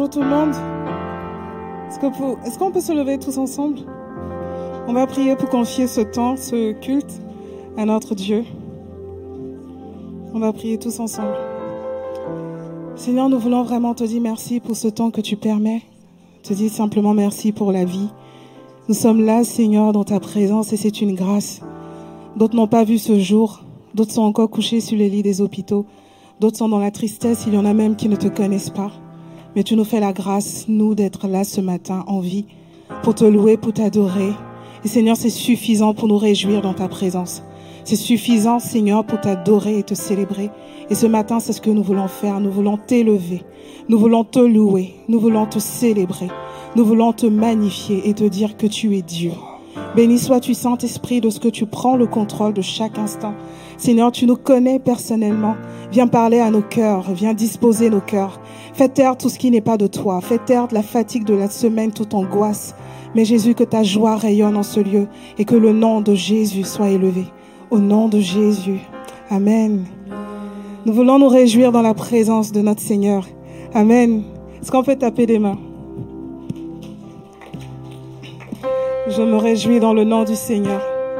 Bonjour tout le monde. Est-ce qu'on peut se lever tous ensemble? On va prier pour confier ce temps, ce culte à notre Dieu. On va prier tous ensemble. Seigneur, nous voulons vraiment te dire merci pour ce temps que tu permets. Te dire simplement merci pour la vie. Nous sommes là, Seigneur, dans ta présence et c'est une grâce. D'autres n'ont pas vu ce jour. D'autres sont encore couchés sur les lits des hôpitaux. D'autres sont dans la tristesse. Il y en a même qui ne te connaissent pas. Mais tu nous fais la grâce, nous, d'être là ce matin en vie pour te louer, pour t'adorer. Et Seigneur, c'est suffisant pour nous réjouir dans ta présence. C'est suffisant, Seigneur, pour t'adorer et te célébrer. Et ce matin, c'est ce que nous voulons faire. Nous voulons t'élever. Nous voulons te louer. Nous voulons te célébrer. Nous voulons te magnifier et te dire que tu es Dieu. Béni sois-tu, Saint-Esprit, de ce que tu prends le contrôle de chaque instant. Seigneur, tu nous connais personnellement. Viens parler à nos cœurs. Viens disposer nos cœurs. Fais taire tout ce qui n'est pas de toi. Fais taire de la fatigue de la semaine, toute angoisse. Mais Jésus, que ta joie rayonne en ce lieu et que le nom de Jésus soit élevé. Au nom de Jésus. Amen. Nous voulons nous réjouir dans la présence de notre Seigneur. Amen. Est-ce qu'on peut taper des mains? Je me réjouis dans le nom du Seigneur.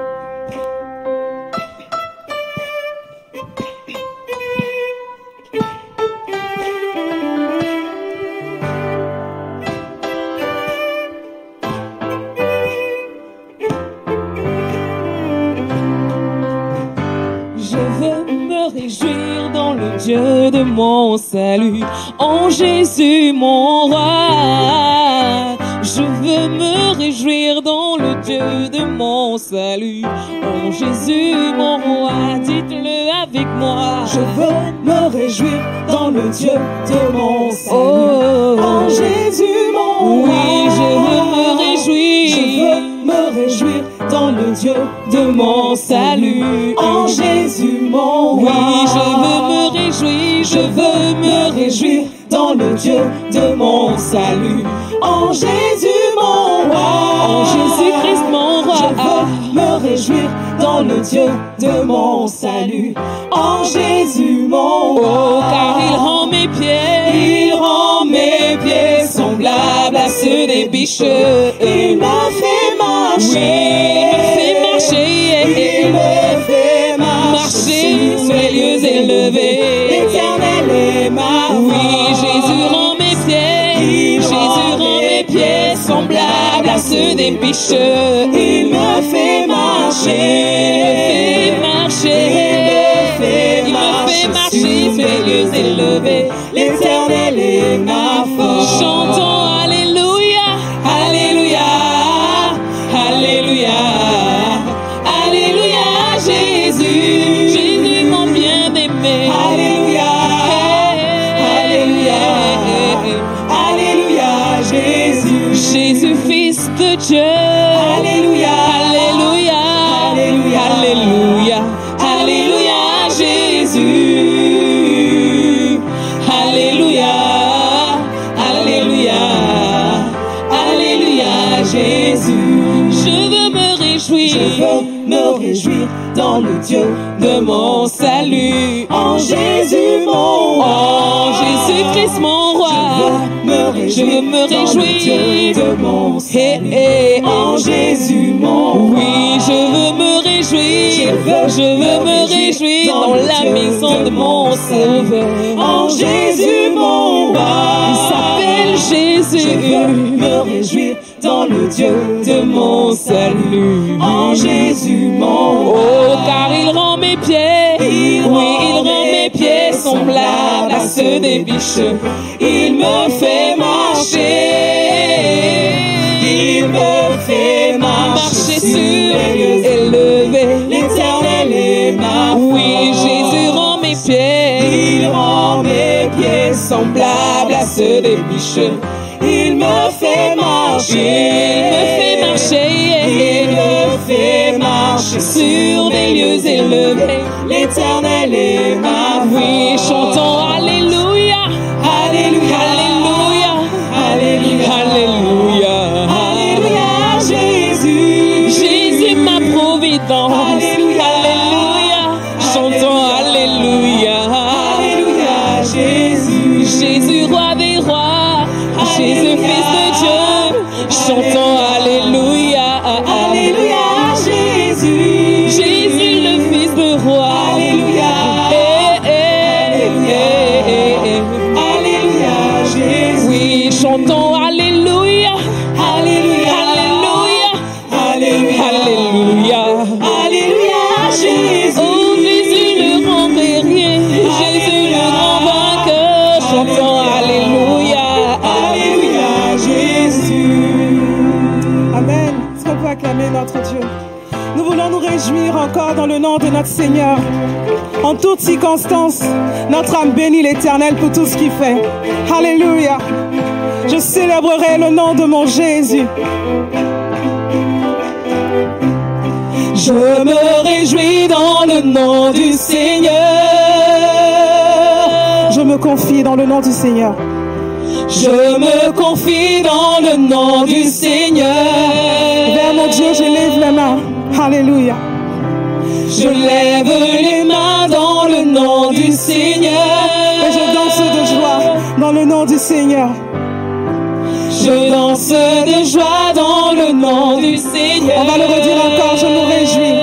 Dieu de mon salut, en Jésus mon roi. Je veux me réjouir dans le Dieu de mon salut, en Jésus mon roi. Dites-le avec moi. Je veux me réjouir dans le Dieu de mon salut, en Jésus mon roi. Oui, je veux me réjouir. Je veux me réjouir dans le Dieu de mon salut, en Jésus mon roi. Oui, je veux me réjouir. Je veux me réjouir dans le Dieu de mon salut, en Jésus mon roi. En Jésus-Christ mon roi. Je veux me réjouir dans le Dieu de mon salut, en Jésus mon roi. Oh, car il rend mes pieds semblables à ceux des biches. Il me fait marcher. Il me fait marcher sur les lieux élevés. L'Éternel est ma force. Oui, Jésus rend mes pieds semblables à ceux des biches. Il me fait marcher. Il me fait marcher sur les lieux élevés. L'Éternel est ma force. Chantons Alléluia, Alléluia, Alléluia, Alléluia, Jésus, Jésus mon bien-aimé. Alléluia, Alléluia, Alléluia, Jésus, Jésus fils de Dieu. Alléluia, Alléluia, Alléluia, Alléluia, Alléluia, Jésus. Alléluia, Alléluia, Alléluia, Jésus. Je veux me réjouir. Je veux me réjouir dans le Dieu de mon salut, en Jésus mon roi. En Jésus-Christ mon roi. Je veux me réjouir dans le Dieu de mon salut, en Jésus mon roi. Oui, je veux me réjouir. Je veux me réjouir dans la maison de mon Sauveur, en Jésus mon roi. Il s'appelle Jésus. Je veux me réjouir dans le Dieu de mon salut, en Jésus mon roi. Oh, car il rend mes pieds, il rend mes pieds semblables à ceux des biches. Il me fait marcher, il me fait marcher sur les lieux élevés. L'Éternel est ma force. Oui, Jésus rend mes pieds, il rend mes pieds semblables à ceux des biches. Il me fait marcher, il me fait marcher sur des lieux élevés. L'Éternel est ma force. Oui, chantons Alléluia, Alléluia, Alléluia, Alléluia, Alléluia, Jésus, Jésus ma providence. Alléluia, chantons Alléluia, Alléluia, Jésus, Jésus roi des rois. Chantons Alléluia. Alléluia, Jésus. Jésus le Fils de roi. Alléluia. Alléluia, Jésus. Oui, chantons Alléluia. Alléluia. Alléluia. Alléluia. Alléluia, Jésus. Oh, Jésus le grand guerrier. Jésus le grand vainqueur. Chantons Alléluia. Alléluia, Jésus. Amen. Est-ce qu'on peut acclamer notre Dieu? Nous voulons nous réjouir encore dans le nom de notre Seigneur. En toutes circonstances, notre âme bénit l'Éternel pour tout ce qu'il fait. Alléluia. Je célébrerai le nom de mon Jésus. Je me réjouis dans le nom du Seigneur. Je me confie dans le nom du Seigneur. Je me confie dans le nom du Seigneur. Vers mon Dieu, je lève les mains. Alléluia. Je lève les mains dans le nom du Seigneur. Et je danse de joie dans le nom du Seigneur. Je danse de joie dans le nom du Seigneur. On va le redire encore, je me réjouis.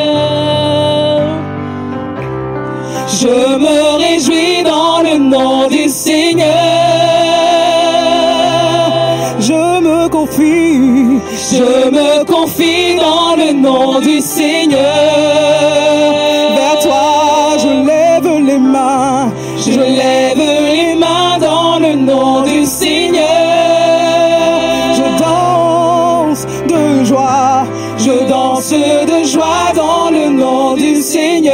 Je me réjouis dans le nom du Seigneur. Je me confie. Je me confie dans le nom du Seigneur. Vers toi, je lève les mains. Je lève les mains dans le nom du Seigneur. Je danse de joie. Je danse de joie dans le nom du Seigneur.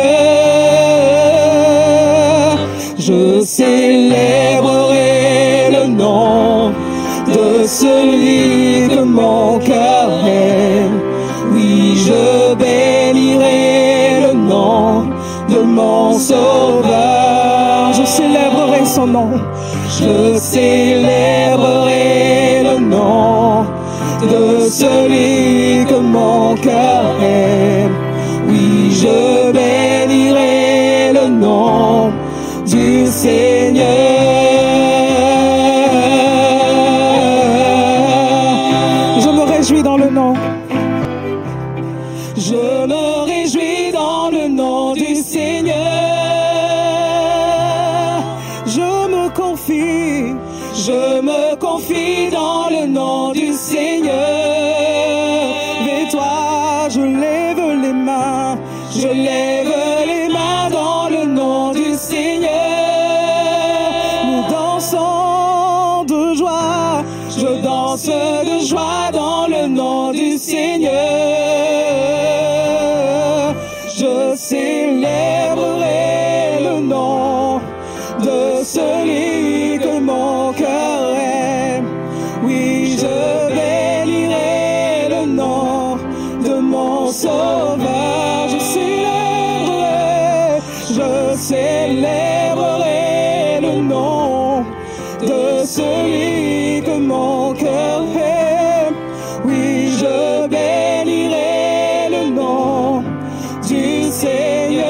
Je célébrerai le nom de celui que mon cœur aime. Oui, je bénirai le nom de mon Sauveur. Je célébrerai son nom. Je célébrerai le nom de celui que mon cœur aime. Oui, je bénirai le nom du Seigneur. Je me réjouis dans le nom. Je me réjouis dans le nom du Seigneur. Je me confie. Je me confie dans le nom du Seigneur. Vers toi, je lève les mains. Je lève les mains dans le nom du Seigneur. Nous dansons de joie. Je danse de joie dans le nom du Seigneur. Je célébrerai le nom de celui que mon cœur aime. Oui, je bénirai le nom de mon Sauveur. Je célébrerai le nom de celui que mon cœur aime. Oui, je bénirai le nom du Seigneur.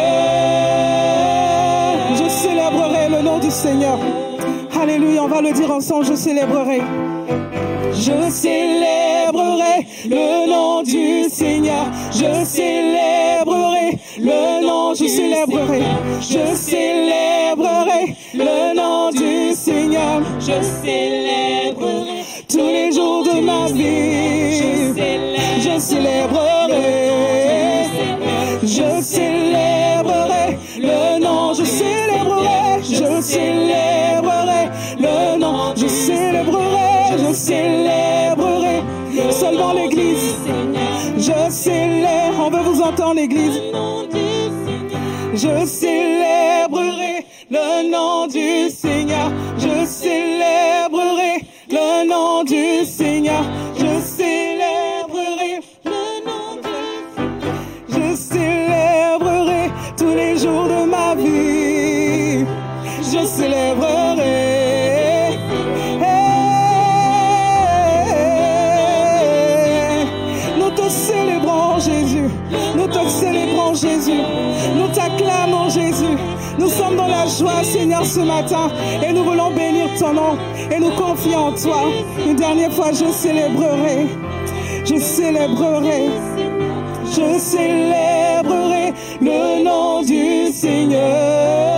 Je célébrerai le nom du Seigneur. Alléluia, on va le dire ensemble, je célébrerai. Je célébrerai le nom du Seigneur. Je célébrerai le nom du Seigneur. Je célébrerai le nom du Seigneur. Je célébrerai tous les jours de ma vie. Je célébrerai. Je célébrerai le nom. Je célébrerai. Je célébrerai le nom. Je célébrerai. Je célébrerai. Seulement l'église. Je célèbre. On veut vous entendre, l'église. Je célébrerai le nom du Seigneur. Je célébrerai le nom du Seigneur. Je célébrerai le nom du Seigneur. Je célébrerai tous les jours de ma vie. Je célébrerai. Nous te célébrons, Jésus. Nous te célébrons, Jésus. Nous t'acclamons, Jésus. Nous sommes dans la joie, Seigneur, ce matin. Et nous voulons bénir ton nom. et nous confions en toi. Une dernière fois, je célébrerai. Je célébrerai. Je célébrerai le nom du Seigneur.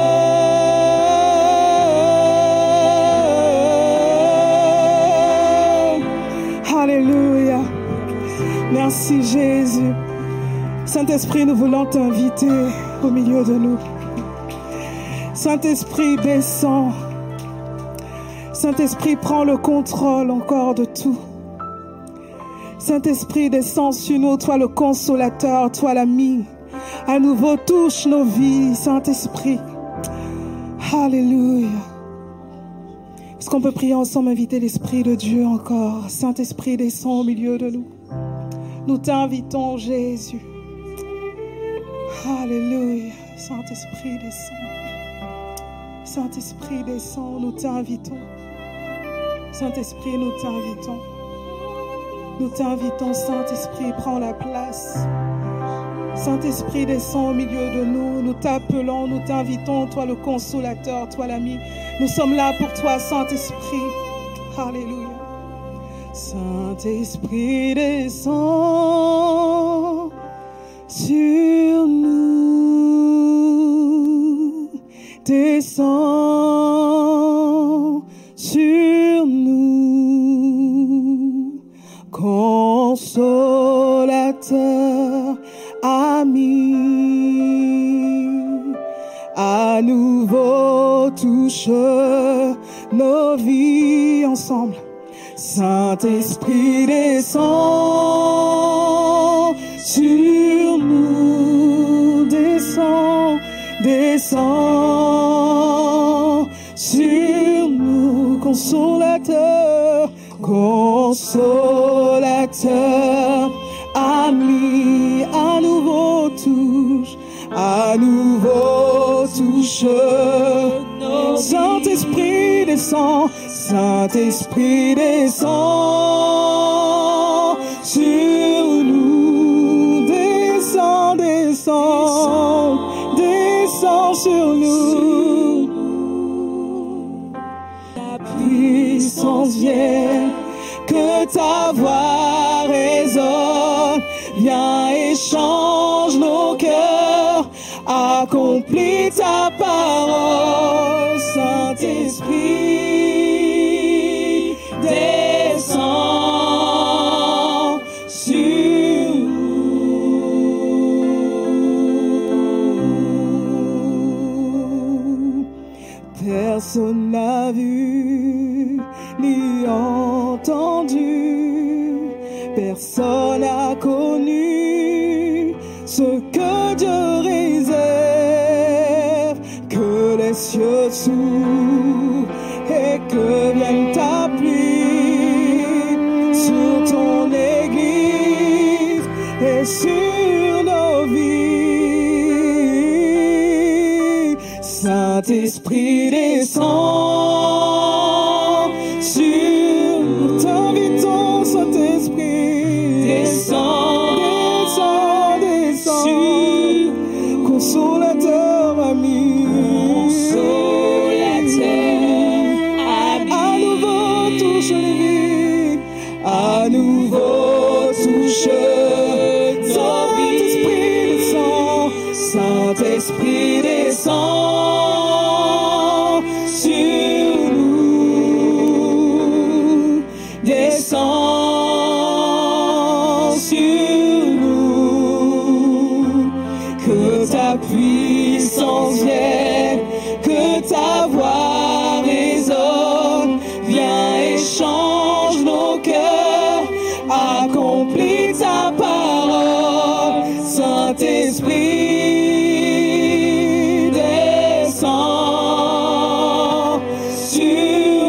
Alléluia. Merci Jésus. Saint-Esprit, nous voulons t'inviter au milieu de nous. Saint-Esprit, descends. Saint-Esprit, prends le contrôle encore de tout. Saint-Esprit, descends sur nous, toi le consolateur, toi l'ami. À nouveau, touche nos vies, Saint-Esprit. Alléluia. Est-ce qu'on peut prier ensemble, inviter l'Esprit de Dieu encore? Saint-Esprit, descends au milieu de nous. Nous t'invitons, Jésus. Alléluia. Saint-Esprit, descends. Saint-Esprit, descends, nous t'invitons. Saint-Esprit, nous t'invitons. Nous t'invitons, Saint-Esprit, prends la place. Saint-Esprit, descends au milieu de nous. Nous t'appelons, nous t'invitons, toi le consolateur, toi l'ami. Nous sommes là pour toi, Saint-Esprit. Alléluia. Saint-Esprit, descends sur nous. Descends sur nous. Consolateur, ami, à nouveau touche nos vies ensemble. Saint-Esprit, descends sur nous, descends, descends sur nous, consolateur, consolateur, ami, à nouveau touche, Saint-Esprit, descends, Saint-Esprit, descends sur nous, descends, descends, descends sur nous. Ta puissance vient, que ta voix résonne, viens et change nos cœurs, accomplis ta parole, Saint-Esprit, descends sur nous. Personne n'a vu ni entendu, personne n'a connu ce que Dieu réserve, que les cieux s'ouvrent et que vienne ta pluie sur ton église et sur nos vies. Saint-Esprit, descends sur nous, t'invitons, Saint-Esprit, descends, descends, descends, consolateur, ami, à nouveau touche les vies, à nouveau touche nos vies. Saint-Esprit, descends sur nous, descends sur nous, que ta puissance vienne, que ta voix résonne, viens et change nos cœurs, accomplis ta parole, Saint-Esprit, descends sur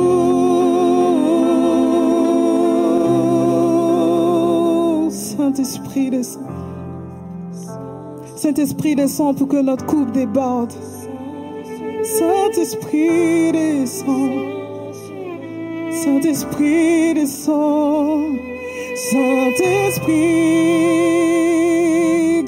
nous. Saint-Esprit, descends. Saint-Esprit, descends pour que notre coupe déborde. Saint-Esprit, descends. Saint-Esprit, descends. Saint-Esprit,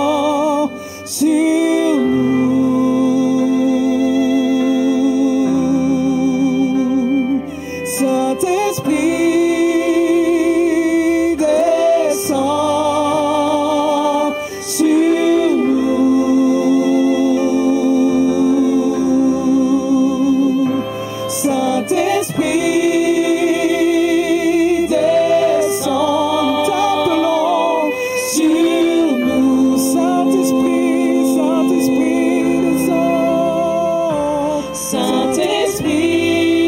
descends sur nous. Saint-Esprit, descends sur nous. Saint-Esprit, descends, t'appelons sur nous. Saint-Esprit, Saint-Esprit, descends. Saint-Esprit,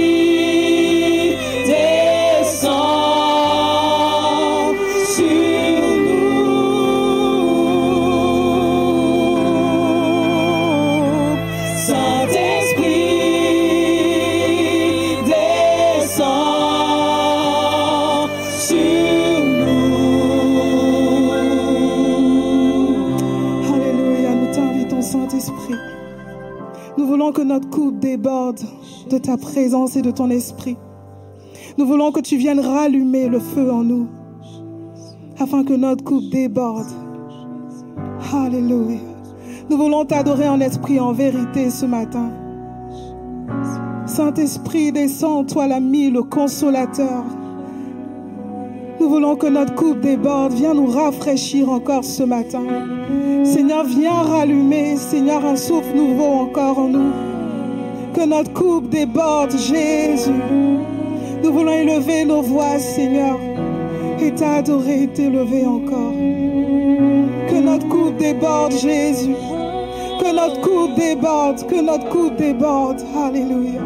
que notre coupe déborde de ta présence et de ton esprit. Nous voulons que tu viennes rallumer le feu en nous, afin que notre coupe déborde. Alléluia. Nous voulons t'adorer en esprit et en vérité ce matin. Saint-Esprit, descends, toi l'ami, le consolateur. Nous voulons que notre coupe déborde. Viens nous rafraîchir encore ce matin. Seigneur, viens rallumer, Seigneur, un souffle nouveau encore en nous. Que notre coupe déborde, Jésus. Nous voulons élever nos voix, Seigneur, et t'adorer et t'élever encore. Que notre coupe déborde, Jésus. Que notre coupe déborde, que notre coupe déborde. Alléluia.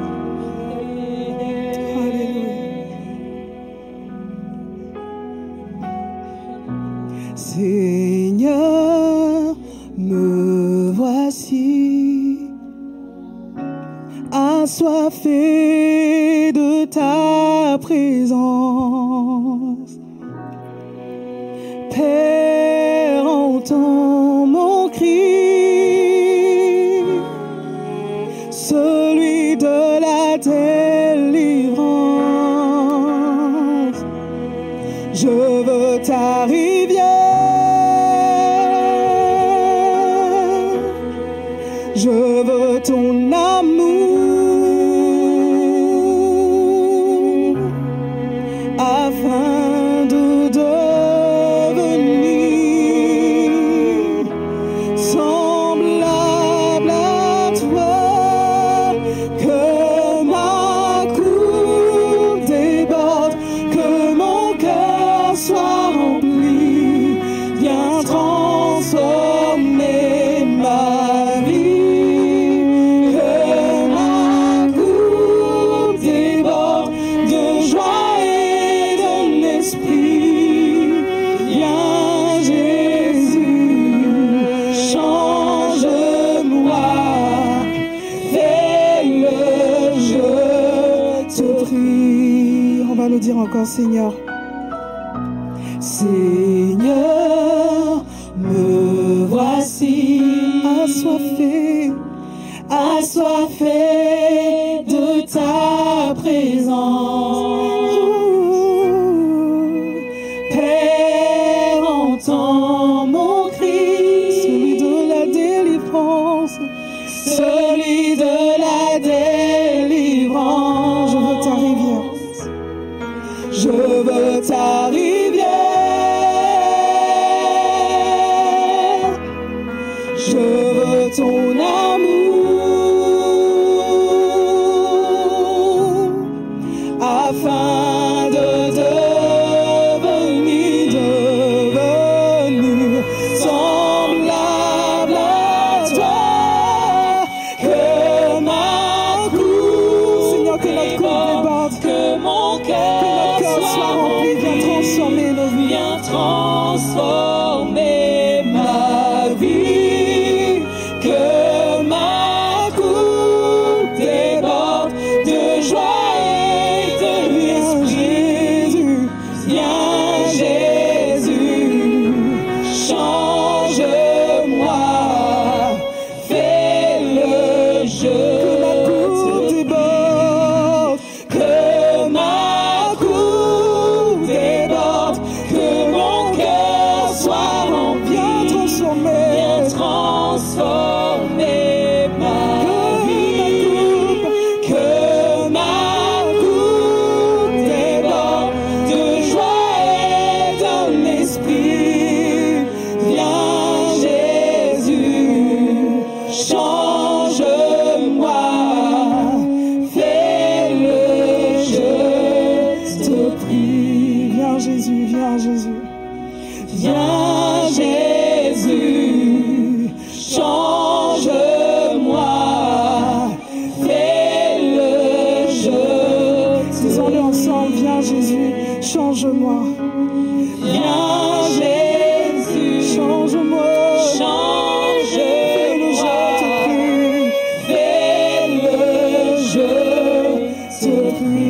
Seigneur, me voici, assoiffé de ta présence. Père, entends mon cri, celui de la délivrance. Je veux ta rivière. Je veux ton amour afin de devenir semblable à toi. Que ma coupe déborde, que mon cœur soit rempli, viens transformer ma vie. Le dire encore, Seigneur. Seigneur, me voici assoiffé, assoiffé de ta présence. Père, entends mon cri, celui de la délivrance, celui de la délivrance. Je veux ta rivière. Je veux ta rivière, je veux ton amour, afin de devenir semblable à toi. Que ma coupe, Seigneur, que notre coupe déborde, que mon cœur soit rempli, viens transformer nos vies. Viens transformer ma vie. Que ma coupe déborde de joie et de l'esprit. Viens Jésus, change-moi, fais le jeu. Que ma coupe déborde, que ma coupe déborde, que mon cœur soit Jésus, viens Jésus. Viens Jésus, change-moi, fais le jeu. Disons-le ensemble, viens Jésus, change-moi. Viens Jésus, Change-moi. change-moi, Fais le jeu, fais le jeu, te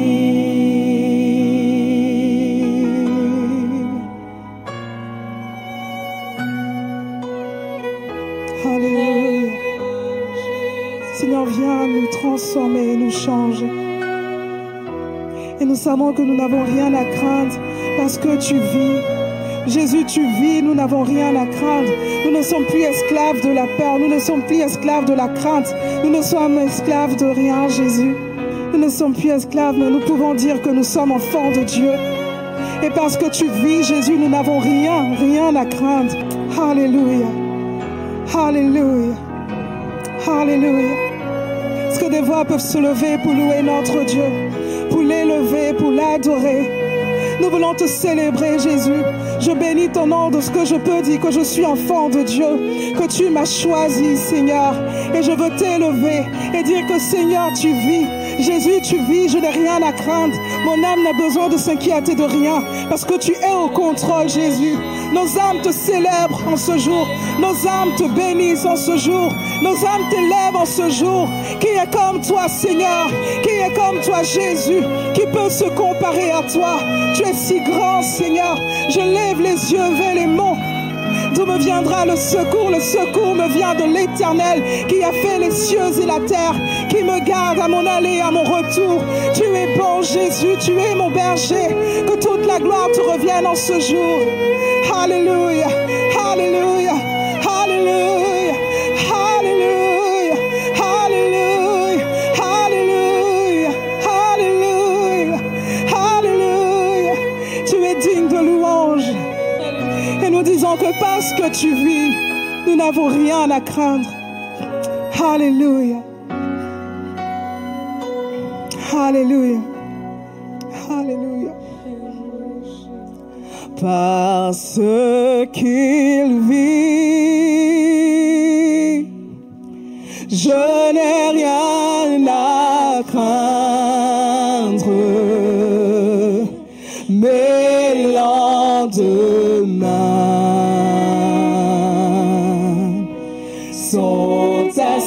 Alléluia. Seigneur, viens nous transformer et nous changer. Et nous savons que nous n'avons rien à craindre parce que tu vis. Jésus, tu vis, nous n'avons rien à craindre. Nous ne sommes plus esclaves de la peur, nous ne sommes plus esclaves de la crainte. Nous ne sommes esclaves de rien, Jésus. Nous ne sommes plus esclaves, mais nous pouvons dire que nous sommes enfants de Dieu. Et parce que tu vis, Jésus, nous n'avons rien à craindre. Alléluia. Alléluia. Alléluia. Est-ce que des voix peuvent se lever pour louer notre Dieu, pour l'élever, pour l'adorer? Nous voulons te célébrer, Jésus. Je bénis ton nom de ce que je peux dire, que je suis enfant de Dieu, que tu m'as choisi, Seigneur. Et je veux t'élever et dire que, Seigneur, tu vis. Jésus, tu vis, je n'ai rien à craindre. Mon âme n'a besoin de s'inquiéter de rien, parce que tu es au contrôle, Jésus. Nos âmes te célèbrent en ce jour. Nos âmes te bénissent en ce jour. Nos âmes t'élèvent en ce jour. Qui est comme toi, Seigneur? Qui est comme toi, Jésus? Qui peut se comparer à toi? Tu es si grand, Seigneur. Je lève les yeux vers les monts. D'où me viendra le secours? Le secours me vient de l'Éternel qui a fait les cieux et la terre, qui me garde à mon aller et à mon retour. Tu es bon, Jésus, tu es mon berger. Que toute la gloire te revienne en ce jour. Alléluia, alléluia, alléluia, alléluia, alléluia, alléluia, alléluia, alléluia. Tu es digne de louange. Et nous disons que parce que tu vis, nous n'avons rien à craindre. Alléluia. Alléluia. Alléluia. Parce qu'il vit, je n'ai rien à craindre. Mes lendemains sont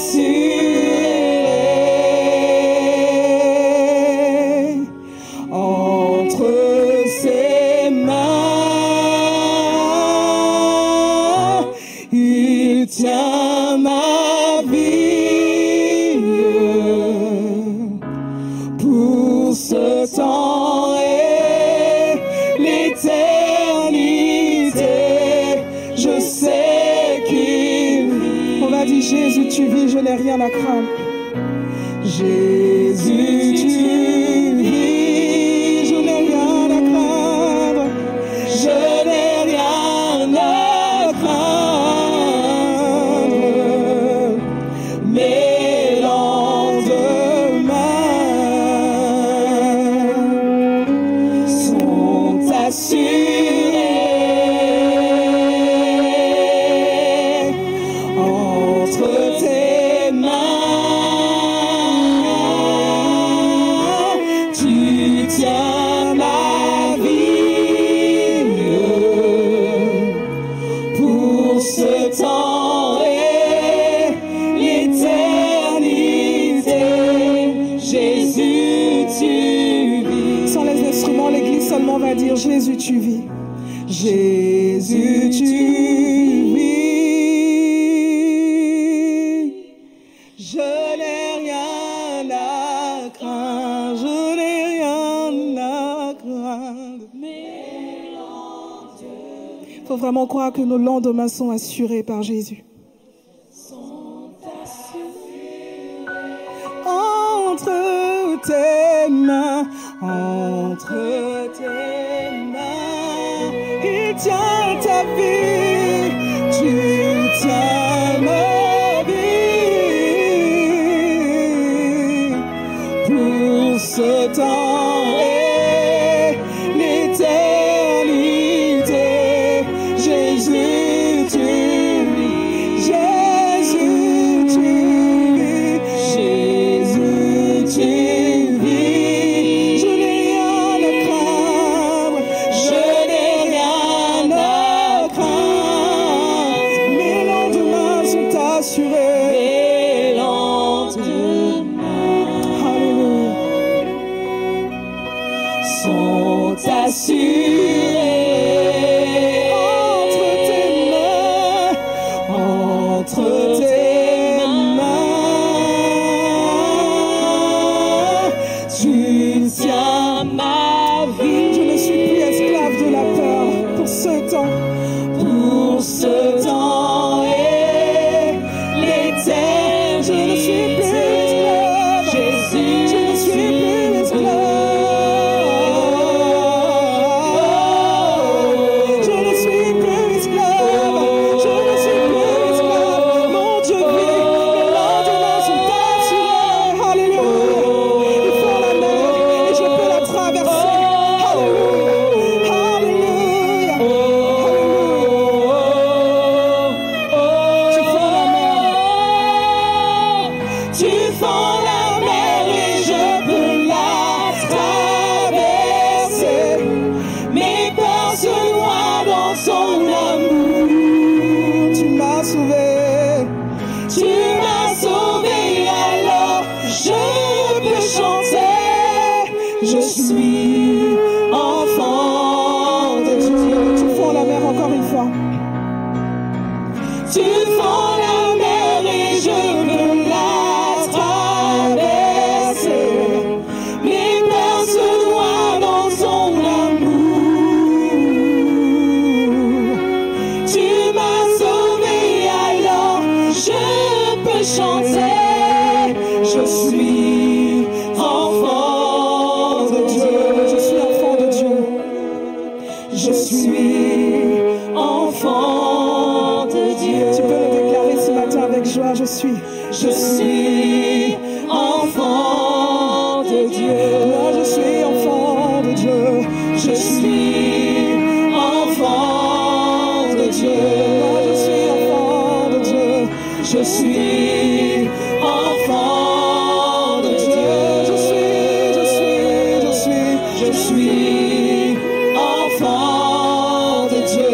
assurés entre ses mains. Il tient ma vie pour ce temps et l'éternité. Je sais qu'il vit. On a dit Jésus, tu vis, je n'ai rien à craindre. Jésus, tu vis, je n'ai rien à craindre. Je n'ai rien à craindre. Mes lendemains sont assurés entre tes mains. Tu tiens ma vie pour ce temps et l'éternité. Jésus, tu vis. Sans les instruments, l'église seulement va dire Jésus, tu vis. Jésus, tu vis. Je n'ai rien à craindre. Je n'ai rien à craindre. Il faut vraiment croire que nos lendemains sont assurés par Jésus. Entre tes mains, entre tes mains, il tient ta vie, tu tiens ma vie pour ce temps et l'éternité. sont assurés. Entre tes mains, tu tiens ma vie. Je ne suis plus esclave de la peur pour ce temps. Pour ce temps et l'éternité. Je ne suis plus esclave. Jésus, Je ne suis plus esclave. Je ne suis plus esclave. Je ne suis plus esclave. Mon Dieu vit. Les lendemains sont assurés. Alléluia. Il faut la mer et je peux la traverser. Alléluia. Alléluia. tu fends la mer et je peux la traverser. Mes peurs se noient dans son amour. Tu m'as sauvé. Tu m'as sauvé, alors je peux chanter. Je suis enfant de Dieu. Tu fends la mer encore une fois. Tu fends la mer et je peux la traverser. Mes peurs se noient dans son amour. Tu m'as sauvé, alors je peux chanter. Je suis enfant de Dieu. Je suis enfant de Dieu. Je suis enfant de Dieu. Tu peux le déclarer ce matin avec joie. Je suis enfant de Dieu. Moi, je suis enfant de Dieu. Je suis enfant de Dieu. Moi, je suis enfant de Dieu. Je suis enfant de Dieu. Je suis enfant de Dieu.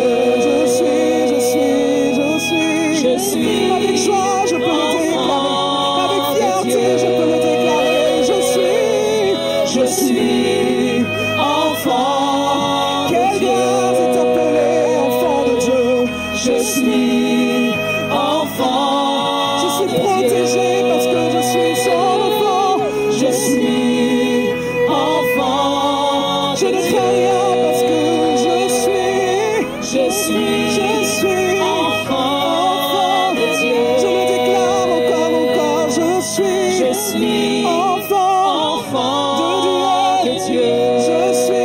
Je suis avec joie, je peux le déclarer. Avec fierté, je peux le déclarer. Je suis enfant. Quelle grâce est appelé enfant de Dieu. Je suis enfant. Je suis protégé parce que je suis son enfant. Je suis enfant. Je ne crains rien parce que je suis enfant de Dieu. Je le déclare encore, je suis enfant de Dieu. Je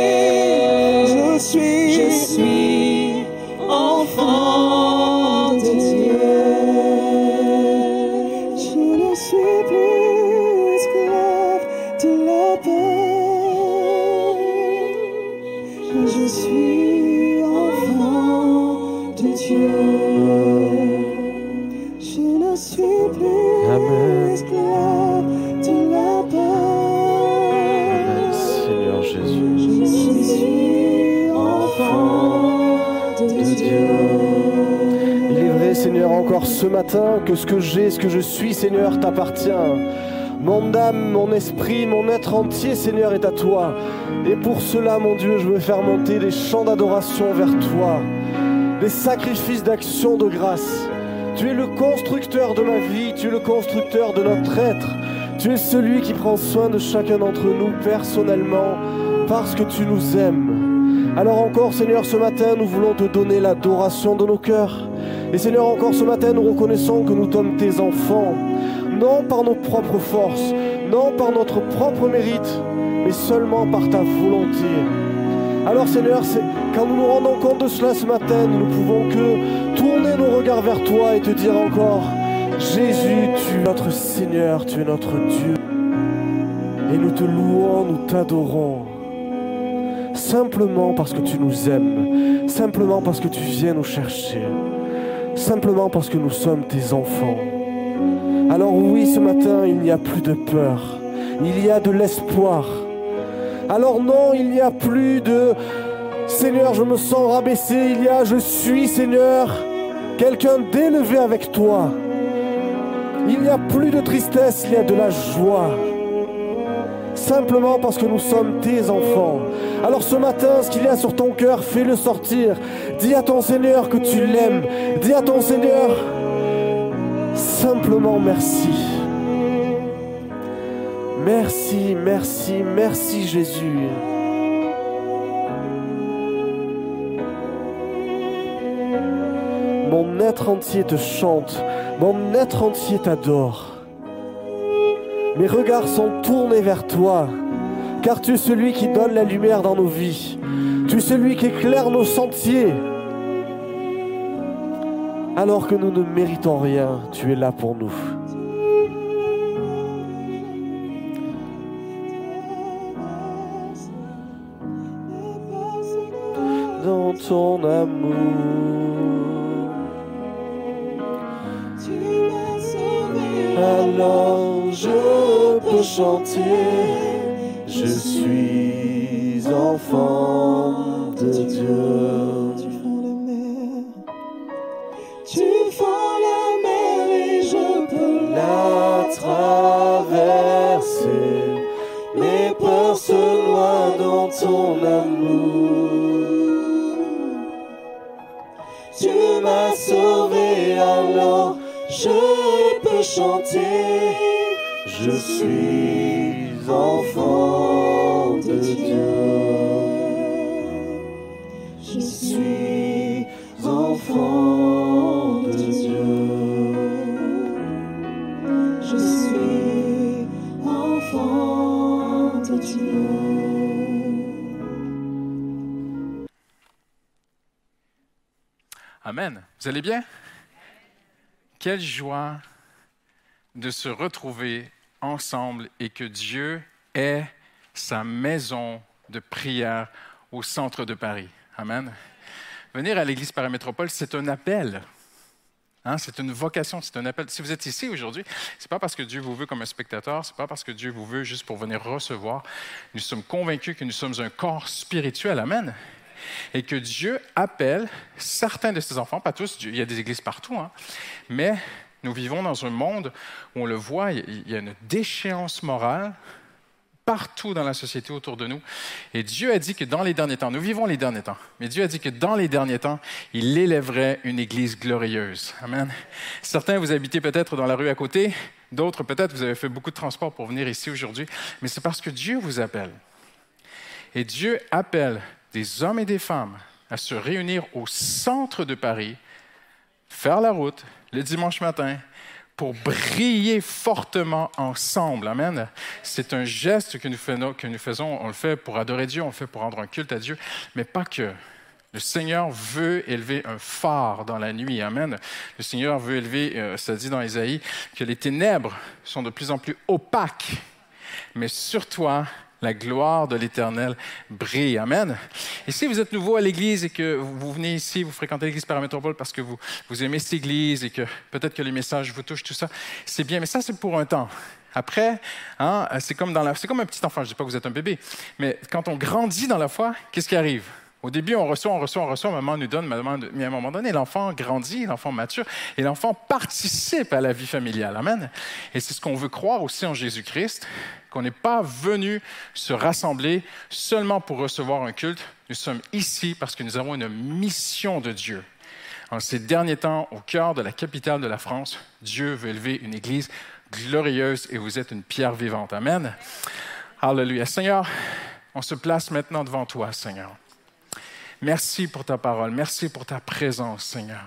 suis enfant de Dieu. Je ne suis plus esclave de la peur. Je suis enfant de Dieu. Je ne suis plus esclave de la peur. Seigneur Jésus. Je suis enfant de Dieu. Il est vrai, Seigneur, encore ce matin, que ce que j'ai, ce que je suis, Seigneur, t'appartient. Mon âme, mon esprit, mon être entier, Seigneur, est à toi. Et pour cela, mon Dieu, je veux faire monter des chants d'adoration vers toi, des sacrifices d'action de grâce. Tu es le constructeur de ma vie, tu es le constructeur de notre être. Tu es celui qui prend soin de chacun d'entre nous personnellement, parce que tu nous aimes. Alors encore, Seigneur, ce matin, nous voulons te donner l'adoration de nos cœurs. Et Seigneur, encore ce matin, nous reconnaissons que nous sommes tes enfants, non par nos propres forces, non par notre propre mérite, mais seulement par ta volonté. Alors Seigneur, quand nous nous rendons compte de cela ce matin, nous ne pouvons que tourner nos regards vers toi et te dire encore: Jésus, tu es notre Seigneur, tu es notre Dieu. Et nous te louons, nous t'adorons. Simplement parce que tu nous aimes, simplement parce que tu viens nous chercher, simplement parce que nous sommes tes enfants. Alors oui, ce matin, il n'y a plus de peur, il y a de l'espoir. Alors non, il n'y a plus de « Seigneur, je me sens rabaissé », il y a « Je suis, Seigneur, quelqu'un d'élevé avec toi ». Il n'y a plus de tristesse, il y a de la joie. simplement parce que nous sommes tes enfants. Alors ce matin, ce qu'il y a sur ton cœur, fais-le sortir. Dis à ton Seigneur que tu l'aimes. Dis à ton Seigneur simplement merci. Merci, merci, merci Jésus. Mon être entier te chante, mon être entier t'adore. Mes regards sont tournés vers toi, car tu es celui qui donne la lumière dans nos vies. Tu es celui qui éclaire nos sentiers. Alors que nous ne méritons rien, tu es là pour nous. Dans ton amour, tu m'as sauvé. Alors je peux chanter, je suis enfant de Dieu. Tu fends la mer et je peux la traverser. Mes peurs se noient dans ton amour. Tu m'as sauvé, alors je peux chanter. Je suis enfant de Dieu. Je suis enfant de Dieu. Je suis enfant de Dieu. Amen. Vous allez bien? Quelle joie de se retrouver ensemble et que Dieu ait sa maison de prière au centre de Paris. Amen. Venir à l'Église Paramétropole, c'est un appel. Hein? C'est une vocation, c'est un appel. Si vous êtes ici aujourd'hui, ce n'est pas parce que Dieu vous veut comme un spectateur, ce n'est pas parce que Dieu vous veut juste pour venir recevoir. Nous sommes convaincus que nous sommes un corps spirituel. Amen. Et que Dieu appelle certains de ses enfants, pas tous, il y a des églises partout, hein, mais nous vivons dans un monde où on le voit, il y a une déchéance morale partout dans la société autour de nous. Et Dieu a dit que dans les derniers temps, nous vivons les derniers temps, mais Dieu a dit que dans les derniers temps, il élèverait une église glorieuse. Amen. Certains, vous habitez peut-être dans la rue à côté, d'autres, peut-être, vous avez fait beaucoup de transport pour venir ici aujourd'hui, mais c'est parce que Dieu vous appelle. Et Dieu appelle des hommes et des femmes à se réunir au centre de Paris, faire la route le dimanche matin pour briller fortement ensemble. Amen. C'est un geste que nous faisons, on le fait pour adorer Dieu, on le fait pour rendre un culte à Dieu, mais pas que. Le Seigneur veut élever un phare dans la nuit. Amen. Le Seigneur veut élever, ça dit dans Isaïe, que les ténèbres sont de plus en plus opaques, mais sur toi, la gloire de l'Éternel brille. Amen. Et si vous êtes nouveau à l'Église et que vous venez ici, vous fréquentez l'Église Paramétropole parce que vous aimez cette Église et que peut-être que les messages vous touchent, tout ça, c'est bien, mais ça, c'est pour un temps. Après, hein, c'est comme un petit enfant. Je ne dis pas que vous êtes un bébé, mais quand on grandit dans la foi, qu'est-ce qui arrive? Au début, on reçoit, maman nous donne, mais à un moment donné, l'enfant grandit, l'enfant mature, et l'enfant participe à la vie familiale. Amen. Et c'est ce qu'on veut croire aussi en Jésus-Christ, qu'on n'est pas venu se rassembler seulement pour recevoir un culte. Nous sommes ici parce que nous avons une mission de Dieu. En ces derniers temps, au cœur de la capitale de la France, Dieu veut élever une église glorieuse et vous êtes une pierre vivante. Amen. Alléluia. Seigneur, on se place maintenant devant toi, Seigneur. Merci pour ta parole. Merci pour ta présence, Seigneur.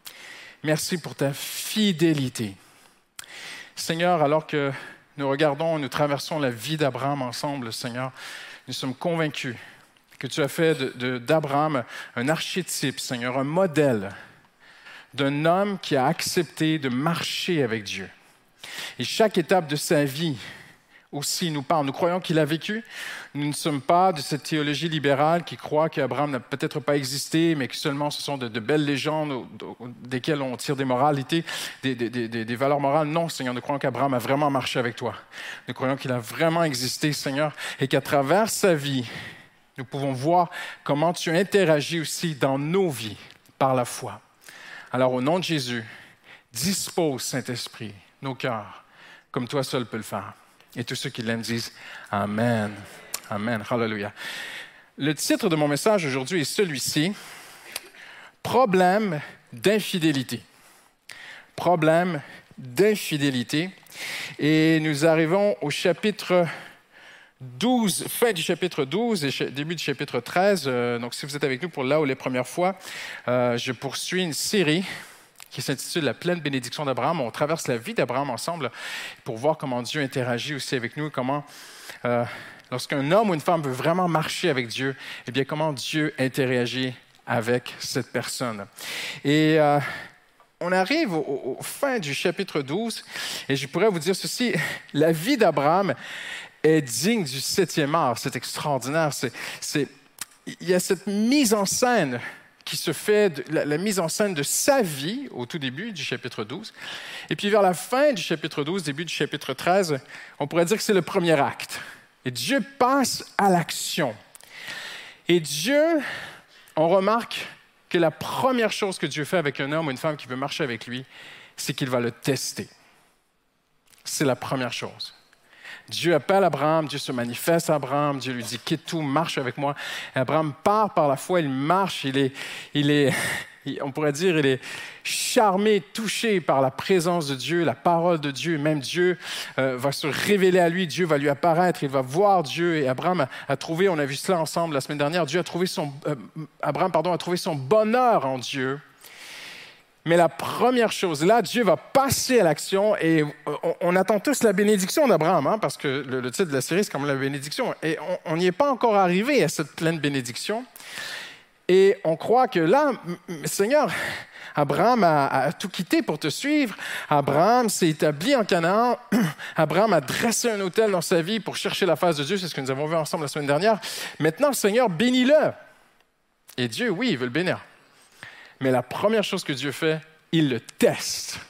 Merci pour ta fidélité. Seigneur, alors que nous traversons la vie d'Abraham ensemble, Seigneur, nous sommes convaincus que tu as fait d'Abraham un archétype, Seigneur, un modèle d'un homme qui a accepté de marcher avec Dieu. Et chaque étape de sa vie aussi nous parle. Nous croyons qu'il a vécu. Nous ne sommes pas de cette théologie libérale qui croit qu'Abraham n'a peut-être pas existé, mais que seulement ce sont de belles légendes desquelles on tire des moralités, des valeurs morales. Non, Seigneur, nous croyons qu'Abraham a vraiment marché avec toi. Nous croyons qu'il a vraiment existé, Seigneur, et qu'à travers sa vie, nous pouvons voir comment tu interagis aussi dans nos vies par la foi. Alors, au nom de Jésus, dispose, Saint-Esprit, nos cœurs, comme toi seul peux le faire. Et tous ceux qui l'aiment disent Amen. Amen. Hallelujah. Le titre de mon message aujourd'hui est celui-ci, Problème d'infidélité. Problème d'infidélité. Et nous arrivons au chapitre 12, fin du chapitre 12 et début du chapitre 13. Donc, si vous êtes avec nous pour là ou les premières fois, je poursuis une série qui s'intitule « La pleine bénédiction d'Abraham ». On traverse la vie d'Abraham ensemble pour voir comment Dieu interagit aussi avec nous, comment, lorsqu'un homme ou une femme veut vraiment marcher avec Dieu, eh bien, comment Dieu interagit avec cette personne. Et on arrive au fin du chapitre 12 et je pourrais vous dire ceci, la vie d'Abraham est digne du 7e art. C'est extraordinaire. Il y a cette mise en scène qui se fait, la mise en scène de sa vie au tout début du chapitre 12. Et puis vers la fin du chapitre 12, début du chapitre 13, on pourrait dire que c'est le premier acte. Et Dieu passe à l'action. Et Dieu, on remarque que la première chose que Dieu fait avec un homme ou une femme qui veut marcher avec lui, c'est qu'il va le tester. C'est la première chose. Dieu appelle Abraham, Dieu se manifeste à Abraham, Dieu lui dit « Quitte tout, marche avec moi ». Abraham part par la foi, il marche, on pourrait dire, il est charmé, touché par la présence de Dieu, la parole de Dieu. Même Dieu va se révéler à lui, Dieu va lui apparaître, il va voir Dieu. Et Abraham a trouvé, on a vu cela ensemble la semaine dernière, Abraham a trouvé son bonheur en Dieu. Mais la première chose, là, Dieu va passer à l'action et on attend tous la bénédiction d'Abraham, parce que le titre de la série, c'est comme la bénédiction. Et on n'y est pas encore arrivé à cette pleine bénédiction. Et on croit que là, Seigneur, Abraham a tout quitté pour te suivre. Abraham s'est établi en Canaan. Abraham a dressé un autel dans sa vie pour chercher la face de Dieu. C'est ce que nous avons vu ensemble la semaine dernière. Maintenant, Seigneur, bénis-le. Et Dieu, oui, il veut le bénir. Mais la première chose que Dieu fait, il le teste.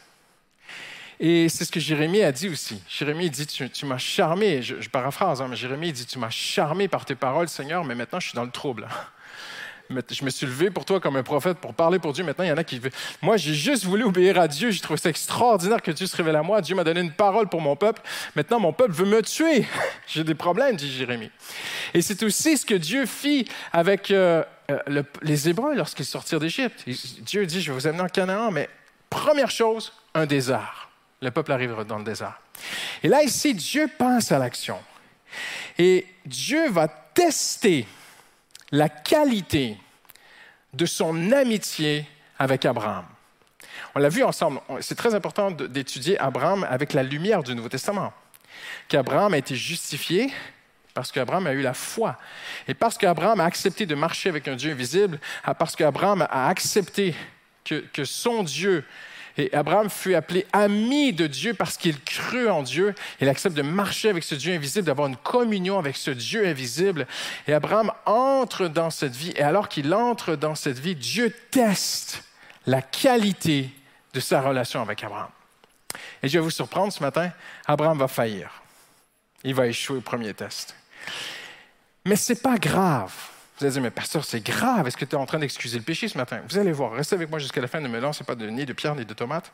Et c'est ce que Jérémie a dit aussi. Jérémie dit, tu m'as charmé, je paraphrase, mais Jérémie dit, tu m'as charmé par tes paroles, Seigneur, mais maintenant je suis dans le trouble. Je me suis levé pour toi comme un prophète pour parler pour Dieu. Maintenant, il y en a qui... Moi, j'ai juste voulu obéir à Dieu. J'ai trouvé ça extraordinaire que Dieu se révèle à moi. Dieu m'a donné une parole pour mon peuple. Maintenant, mon peuple veut me tuer. J'ai des problèmes, dit Jérémie. Et c'est aussi ce que Dieu fit avec les Hébreux lorsqu'ils sortirent d'Égypte. Dieu dit, je vais vous amener en Canaan, mais première chose, un désert. Le peuple arrivera dans le désert. Et là, ici, Dieu passe à l'action. Et Dieu va tester la qualité de son amitié avec Abraham. On l'a vu ensemble. C'est très important d'étudier Abraham avec la lumière du Nouveau Testament. Qu'Abraham a été justifié parce qu'Abraham a eu la foi. Et parce qu'Abraham a accepté de marcher avec un Dieu invisible, parce qu'Abraham a accepté que son Dieu... Et Abraham fut appelé ami de Dieu parce qu'il crut en Dieu. Il accepte de marcher avec ce Dieu invisible, d'avoir une communion avec ce Dieu invisible. Et Abraham entre dans cette vie. Et alors qu'il entre dans cette vie, Dieu teste la qualité de sa relation avec Abraham. Et je vais vous surprendre ce matin, Abraham va faillir. Il va échouer au premier test. Mais ce n'est pas grave. Vous allez dire, mais pasteur, c'est grave. Est-ce que tu es en train d'excuser le péché ce matin? Vous allez voir. Restez avec moi jusqu'à la fin. Ne me lancez pas ni de pierre ni de tomates.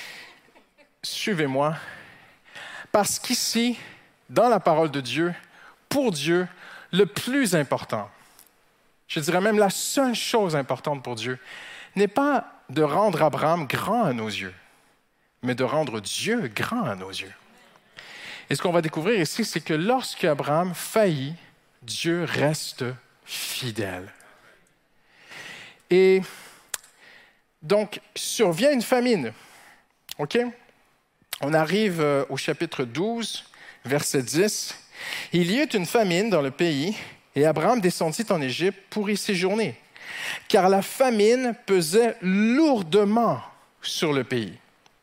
Suivez-moi. Parce qu'ici, dans la parole de Dieu, pour Dieu, le plus important, je dirais même la seule chose importante pour Dieu, n'est pas de rendre Abraham grand à nos yeux, mais de rendre Dieu grand à nos yeux. Et ce qu'on va découvrir ici, c'est que lorsque Abraham faillit, Dieu reste fidèle. Et donc, survient une famine. OK? On arrive au chapitre 12, verset 10. Il y eut une famine dans le pays, et Abraham descendit en Égypte pour y séjourner, car la famine pesait lourdement sur le pays.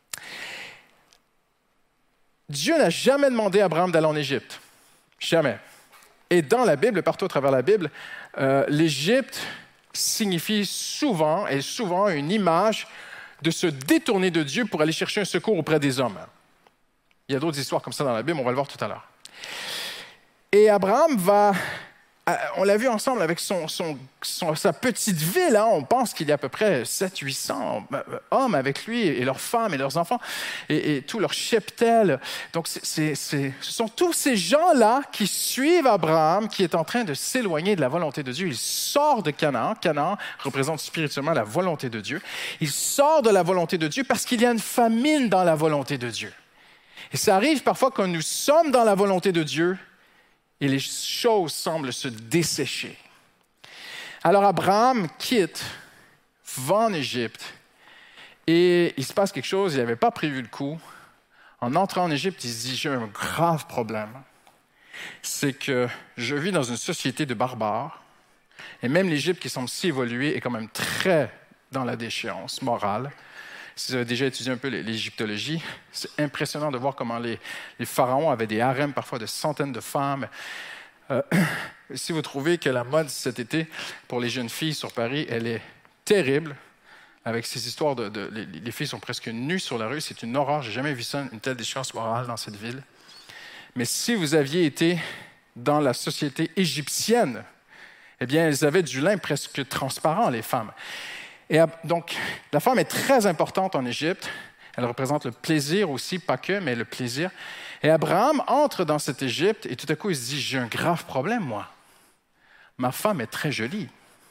Dieu n'a jamais demandé à Abraham d'aller en Égypte. Jamais. Et dans la Bible, partout à travers la Bible, l'Égypte signifie souvent une image de se détourner de Dieu pour aller chercher un secours auprès des hommes. Il y a d'autres histoires comme ça dans la Bible, on va le voir tout à l'heure. Et Abraham va on l'a vu ensemble avec sa petite ville. Hein. On pense qu'il y a à peu près 700-800 hommes avec lui et leurs femmes et leurs enfants et tout leur cheptel. Donc, ce sont tous ces gens-là qui suivent Abraham qui est en train de s'éloigner de la volonté de Dieu. Il sort de Canaan. Canaan représente spirituellement la volonté de Dieu. Il sort de la volonté de Dieu parce qu'il y a une famine dans la volonté de Dieu. Et ça arrive parfois quand nous sommes dans la volonté de Dieu et les choses semblent se dessécher. Alors Abraham quitte, va en Égypte et il se passe quelque chose, il n'avait pas prévu le coup. En entrant en Égypte, il se dit, j'ai un grave problème. C'est que je vis dans une société de barbares et même l'Égypte qui semble si évoluée est quand même très dans la déchéance morale. Si vous avez déjà étudié un peu l'égyptologie, c'est impressionnant de voir comment les pharaons avaient des harems parfois de centaines de femmes. Si vous trouvez que la mode cet été pour les jeunes filles sur Paris, elle est terrible, avec ces histoires les filles sont presque nues sur la rue, c'est une horreur, j'ai jamais vu ça, une telle déchéance morale dans cette ville. Mais si vous aviez été dans la société égyptienne, eh bien, elles avaient du lin presque transparent, les femmes. Et donc, la femme est très importante en Égypte. Elle représente le plaisir aussi, pas que, mais le plaisir. Et Abraham entre dans cette Égypte et tout à coup, il se dit, j'ai un grave problème, moi. Ma femme est très jolie.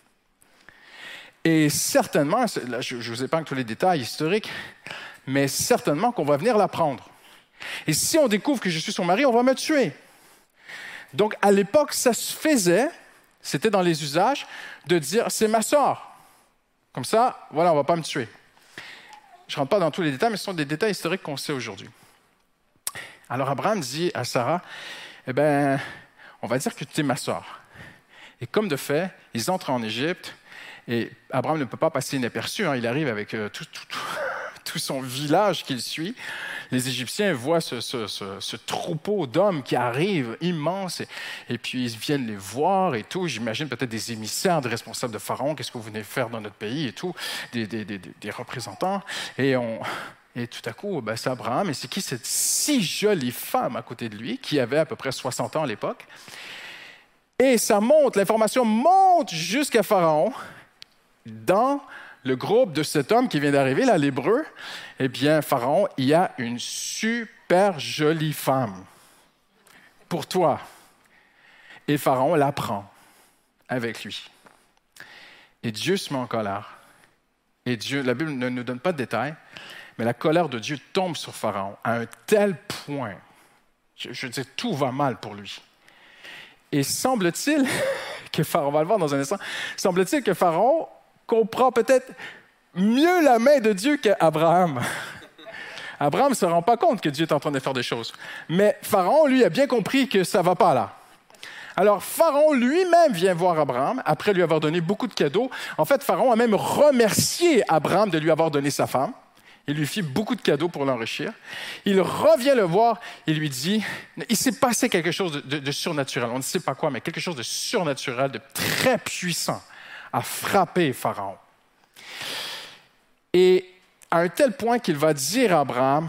Et certainement, là, je vous épargne tous les détails historiques, mais certainement qu'on va venir la prendre. Et si on découvre que je suis son mari, on va me tuer. Donc, à l'époque, ça se faisait, c'était dans les usages, de dire, c'est ma sœur. Comme ça, voilà, on ne va pas me tuer. Je ne rentre pas dans tous les détails, mais ce sont des détails historiques qu'on sait aujourd'hui. Alors Abraham dit à Sarah, eh bien, on va dire que tu es ma sœur. Et comme de fait, ils entrent en Égypte et Abraham ne peut pas passer inaperçu. Hein, il arrive avec tout son village qu'il suit. Les Égyptiens voient ce troupeau d'hommes qui arrive immense et puis ils viennent les voir et tout. J'imagine peut-être des émissaires, des responsables de Pharaon. Qu'est-ce que vous venez faire dans notre pays et tout, des représentants. Et tout à coup, c'est Abraham. Et c'est qui cette si jolie femme à côté de lui qui avait à peu près 60 ans à l'époque? Et ça monte, l'information monte jusqu'à Pharaon dans le groupe de cet homme qui vient d'arriver, là, l'Hébreu. Eh bien, Pharaon, il y a une super jolie femme pour toi. Et Pharaon la prend avec lui. Et Dieu se met en colère. Et Dieu, la Bible ne nous donne pas de détails, mais la colère de Dieu tombe sur Pharaon à un tel point. Je veux dire, tout va mal pour lui. Et semble-t-il que Pharaon, on va le voir dans un instant, semble-t-il que Pharaon comprend peut-être mieux la main de Dieu qu'Abraham. Abraham ne se rend pas compte que Dieu est en train de faire des choses. Mais Pharaon, lui, a bien compris que ça ne va pas là. Alors, Pharaon lui-même vient voir Abraham, après lui avoir donné beaucoup de cadeaux. En fait, Pharaon a même remercié Abraham de lui avoir donné sa femme. Il lui fit beaucoup de cadeaux pour l'enrichir. Il revient le voir et lui dit, il s'est passé quelque chose de surnaturel. On ne sait pas quoi, mais quelque chose de surnaturel, de très puissant a frappé Pharaon. Et à un tel point qu'il va dire à Abraham,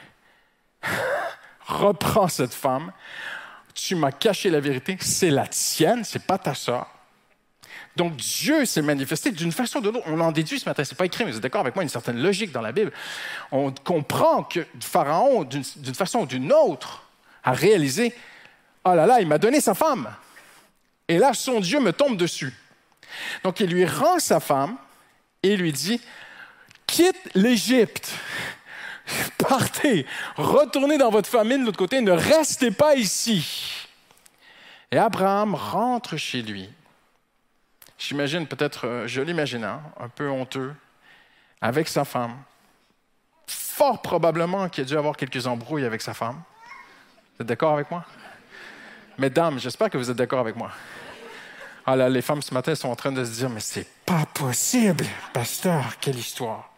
reprends cette femme, tu m'as caché la vérité, c'est la tienne, c'est pas ta sœur. Donc Dieu s'est manifesté d'une façon ou d'une autre. On en déduit ce matin, c'est pas écrit, mais vous êtes d'accord avec moi, une certaine logique dans la Bible. On comprend que Pharaon, d'une façon ou d'une autre, a réalisé, oh là là, il m'a donné sa femme. Et là, son Dieu me tombe dessus. Donc il lui rend sa femme et lui dit, quitte l'Égypte, partez, retournez dans votre famille de l'autre côté, ne restez pas ici. Et Abraham rentre chez lui. J'imagine peut-être, je l'imagine, un peu honteux, avec sa femme. Fort probablement qu'il a dû avoir quelques embrouilles avec sa femme. Vous êtes d'accord avec moi? Mesdames, j'espère que vous êtes d'accord avec moi. Ah là, les femmes ce matin sont en train de se dire, mais c'est pas possible, pasteur, quelle histoire.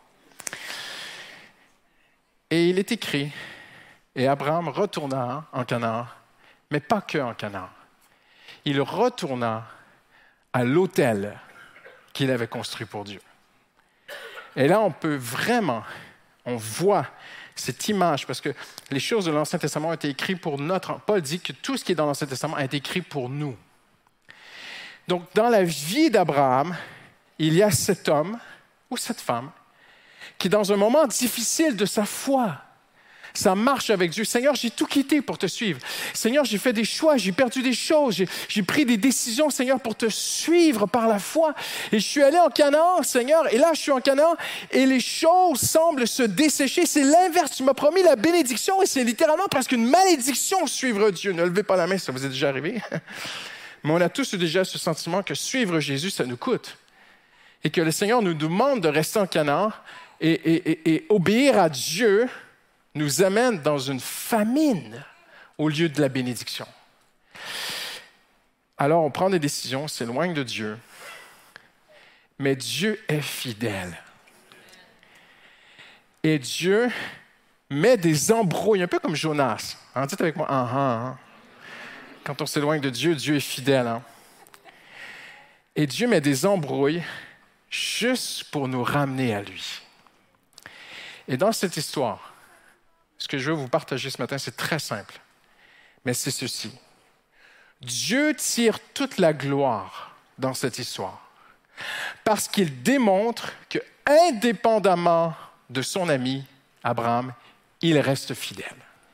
Et il est écrit, et Abraham retourna en Canaan, mais pas que en Canaan. Il retourna à l'autel qu'il avait construit pour Dieu. Et là, on voit cette image, parce que les choses de l'Ancien Testament ont été écrites pour Paul dit que tout ce qui est dans l'Ancien Testament a été écrit pour nous. Donc, dans la vie d'Abraham, il y a cet homme ou cette femme qui, dans un moment difficile de sa foi, sa marche avec Dieu, Seigneur, j'ai tout quitté pour te suivre. Seigneur, j'ai fait des choix, j'ai perdu des choses, j'ai pris des décisions, Seigneur, pour te suivre par la foi. Et je suis allé en Canaan, Seigneur, et là, je suis en Canaan, et les choses semblent se dessécher. C'est l'inverse. Tu m'as promis la bénédiction, et c'est littéralement presque une malédiction suivre Dieu. Ne levez pas la main, ça vous est déjà arrivé. Mais on a tous déjà ce sentiment que suivre Jésus, ça nous coûte. Et que le Seigneur nous demande de rester en Canaan et obéir à Dieu nous amène dans une famine au lieu de la bénédiction. Alors, on prend des décisions, on s'éloigne de Dieu, mais Dieu est fidèle. Et Dieu met des embrouilles, un peu comme Jonas. Dites avec moi, Quand on s'éloigne de Dieu, Dieu est fidèle. Et Dieu met des embrouilles juste pour nous ramener à lui. Et dans cette histoire, ce que je veux vous partager ce matin, c'est très simple, mais c'est ceci. Dieu tire toute la gloire dans cette histoire parce qu'il démontre que, indépendamment de son ami Abraham, il reste fidèle.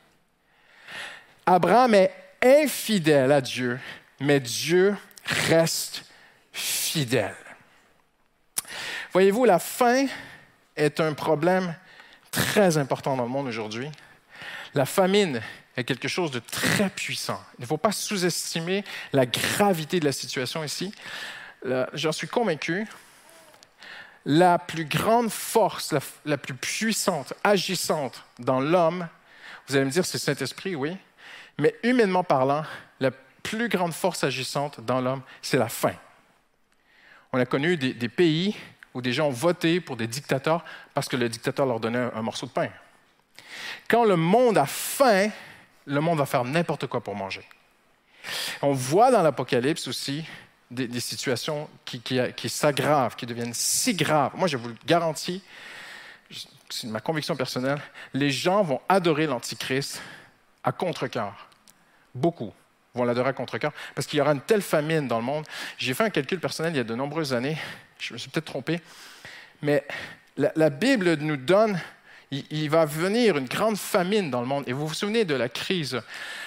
Abraham est infidèle à Dieu, mais Dieu reste fidèle. Voyez-vous, la faim est un problème très important dans le monde aujourd'hui. La famine est quelque chose de très puissant. Il ne faut pas sous-estimer la gravité de la situation ici. J'en suis convaincu, la plus grande force, la plus puissante, agissante dans l'homme, vous allez me dire c'est le Saint-Esprit, oui, mais humainement parlant, la plus grande force agissante dans l'homme, c'est la faim. On a connu des pays où des gens ont voté pour des dictateurs parce que le dictateur leur donnait un morceau de pain. Quand le monde a faim, le monde va faire n'importe quoi pour manger. On voit dans l'Apocalypse aussi des situations qui s'aggravent, qui deviennent si graves. Moi, je vous le garantis, c'est ma conviction personnelle, les gens vont adorer l'Antichrist à contre-cœur. Beaucoup vont l'adorer à contre-cœur parce qu'il y aura une telle famine dans le monde. J'ai fait un calcul personnel il y a de nombreuses années. Je me suis peut-être trompé, mais la Bible nous donne, il va venir une grande famine dans le monde. Et vous vous souvenez de la crise,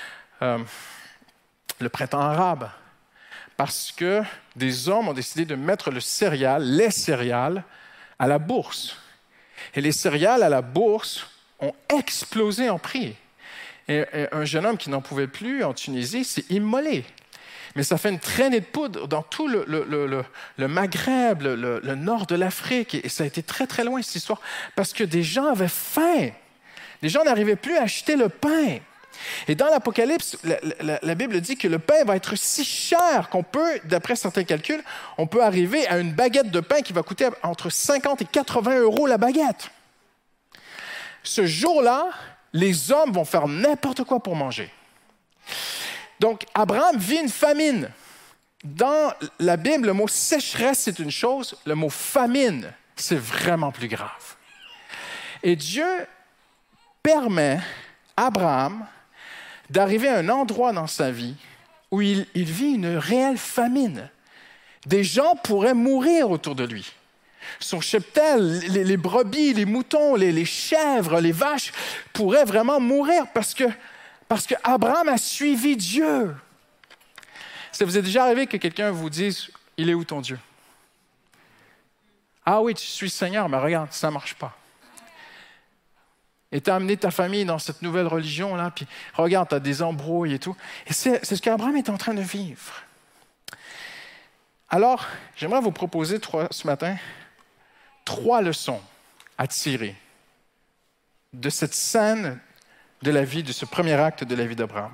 le printemps arabe, parce que des hommes ont décidé de mettre les céréales, à la bourse. Et les céréales à la bourse ont explosé en prix. Et un jeune homme qui n'en pouvait plus en Tunisie s'est immolé. Mais ça fait une traînée de poudre dans tout le Maghreb, le nord de l'Afrique. Et ça a été très, très loin, cette histoire, parce que des gens avaient faim. Les gens n'arrivaient plus à acheter le pain. Et dans l'Apocalypse, la Bible dit que le pain va être si cher qu'on peut, d'après certains calculs, on peut arriver à une baguette de pain qui va coûter entre 50 et 80 € la baguette. Ce jour-là, les hommes vont faire n'importe quoi pour manger. Donc, Abraham vit une famine. Dans la Bible, le mot sécheresse, c'est une chose. Le mot famine, c'est vraiment plus grave. Et Dieu permet à Abraham d'arriver à un endroit dans sa vie où il vit une réelle famine. Des gens pourraient mourir autour de lui. Son cheptel, les brebis, les moutons, les chèvres, les vaches pourraient vraiment mourir parce que Abraham a suivi Dieu. Ça vous est déjà arrivé que quelqu'un vous dise « Il est où ton Dieu? » Ah oui, tu suis le Seigneur, mais regarde, ça ne marche pas. Et tu as amené ta famille dans cette nouvelle religion-là, puis regarde, tu as des embrouilles et tout. Et c'est ce qu'Abraham est en train de vivre. Alors, j'aimerais vous proposer ce matin 3 leçons à tirer de cette scène de la vie, de ce premier acte de la vie d'Abraham.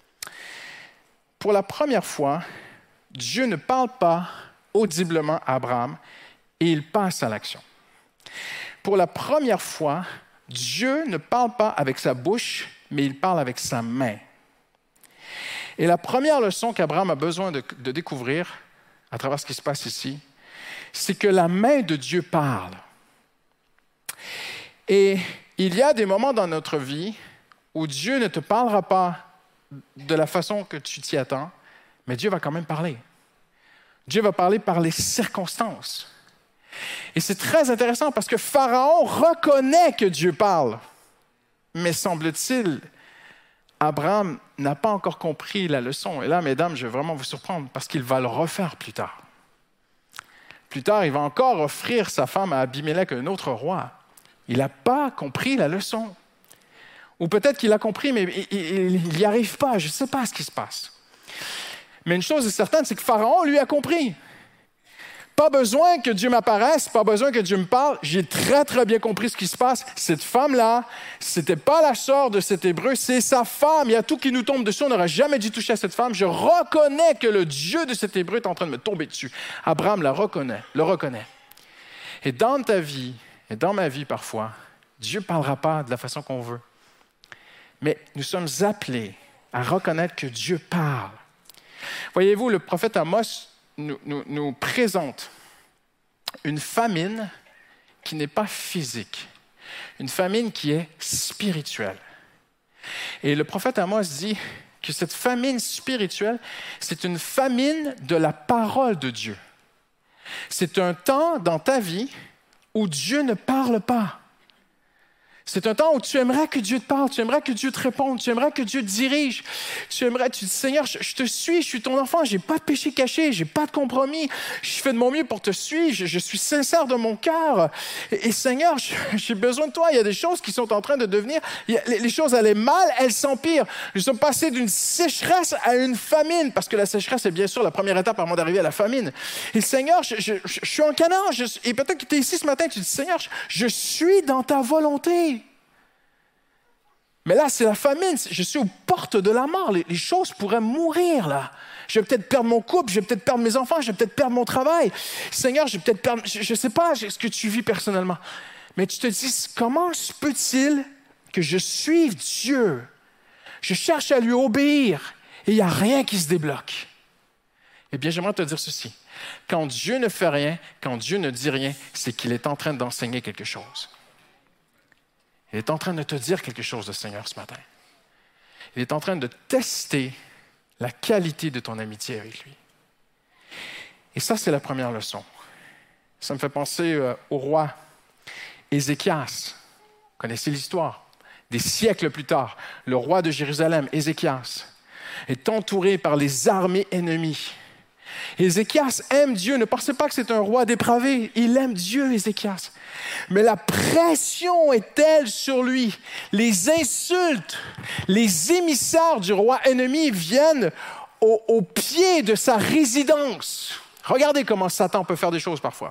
Pour la première fois, Dieu ne parle pas audiblement à Abraham et il passe à l'action. Pour la première fois, Dieu ne parle pas avec sa bouche, mais il parle avec sa main. Et la première leçon qu'Abraham a besoin de découvrir à travers ce qui se passe ici, c'est que la main de Dieu parle. Et il y a des moments dans notre vie où Dieu ne te parlera pas de la façon que tu t'y attends, mais Dieu va quand même parler. Dieu va parler par les circonstances. Et c'est très intéressant parce que Pharaon reconnaît que Dieu parle. Mais semble-t-il, Abraham n'a pas encore compris la leçon. Et là, mesdames, je vais vraiment vous surprendre parce qu'il va le refaire plus tard. Plus tard, il va encore offrir sa femme à Abimelech, un autre roi. Il n'a pas compris la leçon. Ou peut-être qu'il a compris, mais il n'y arrive pas. Je ne sais pas ce qui se passe. Mais une chose est certaine, c'est que Pharaon, lui, a compris. Pas besoin que Dieu m'apparaisse, pas besoin que Dieu me parle. J'ai très, très bien compris ce qui se passe. Cette femme-là, ce n'était pas la sœur de cet Hébreu, c'est sa femme. Il y a tout qui nous tombe dessus. On n'aurait jamais dû toucher à cette femme. Je reconnais que le Dieu de cet Hébreu est en train de me tomber dessus. Abraham le reconnaît. Et dans ta vie, et dans ma vie parfois, Dieu ne parlera pas de la façon qu'on veut. Mais nous sommes appelés à reconnaître que Dieu parle. Voyez-vous, le prophète Amos nous présente une famine qui n'est pas physique, une famine qui est spirituelle. Et le prophète Amos dit que cette famine spirituelle, c'est une famine de la parole de Dieu. C'est un temps dans ta vie où Dieu ne parle pas. C'est un temps où tu aimerais que Dieu te parle, tu aimerais que Dieu te réponde, tu aimerais que Dieu te dirige. Tu dis, Seigneur, je te suis, je suis ton enfant, je n'ai pas de péché caché, je n'ai pas de compromis. Je fais de mon mieux pour te suivre, je suis sincère de mon cœur. Et Seigneur, j'ai besoin de toi. Il y a des choses qui sont en train de devenir, les choses allaient mal, elles s'empirent. Nous sommes passés d'une sécheresse à une famine, parce que la sécheresse est bien sûr la première étape avant d'arriver à la famine. Et Seigneur, je suis en Canaan, et peut-être que tu es ici ce matin et tu dis, Seigneur, je suis dans ta volonté. Mais là, c'est la famine. Je suis aux portes de la mort. Les choses pourraient mourir, là. Je vais peut-être perdre mon couple, je vais peut-être perdre mes enfants, je vais peut-être perdre mon travail. Seigneur, je vais peut-être perdre... Je ne sais pas ce que tu vis personnellement. Mais tu te dis, comment se peut-il que je suive Dieu? Je cherche à lui obéir et il n'y a rien qui se débloque. Eh bien, j'aimerais te dire ceci. Quand Dieu ne fait rien, quand Dieu ne dit rien, c'est qu'il est en train d'enseigner quelque chose. Il est en train de te dire quelque chose, le Seigneur, ce matin. Il est en train de tester la qualité de ton amitié avec lui. Et ça, c'est la première leçon. Ça me fait penser au roi Ézéchias. Vous connaissez l'histoire. Des siècles plus tard, le roi de Jérusalem, Ézéchias, est entouré par les armées ennemies. Ézéchias aime Dieu. Ne pensez pas que c'est un roi dépravé. Il aime Dieu, Ézéchias. Mais la pression est telle sur lui. Les insultes, les émissaires du roi ennemi viennent au pied de sa résidence. Regardez comment Satan peut faire des choses parfois.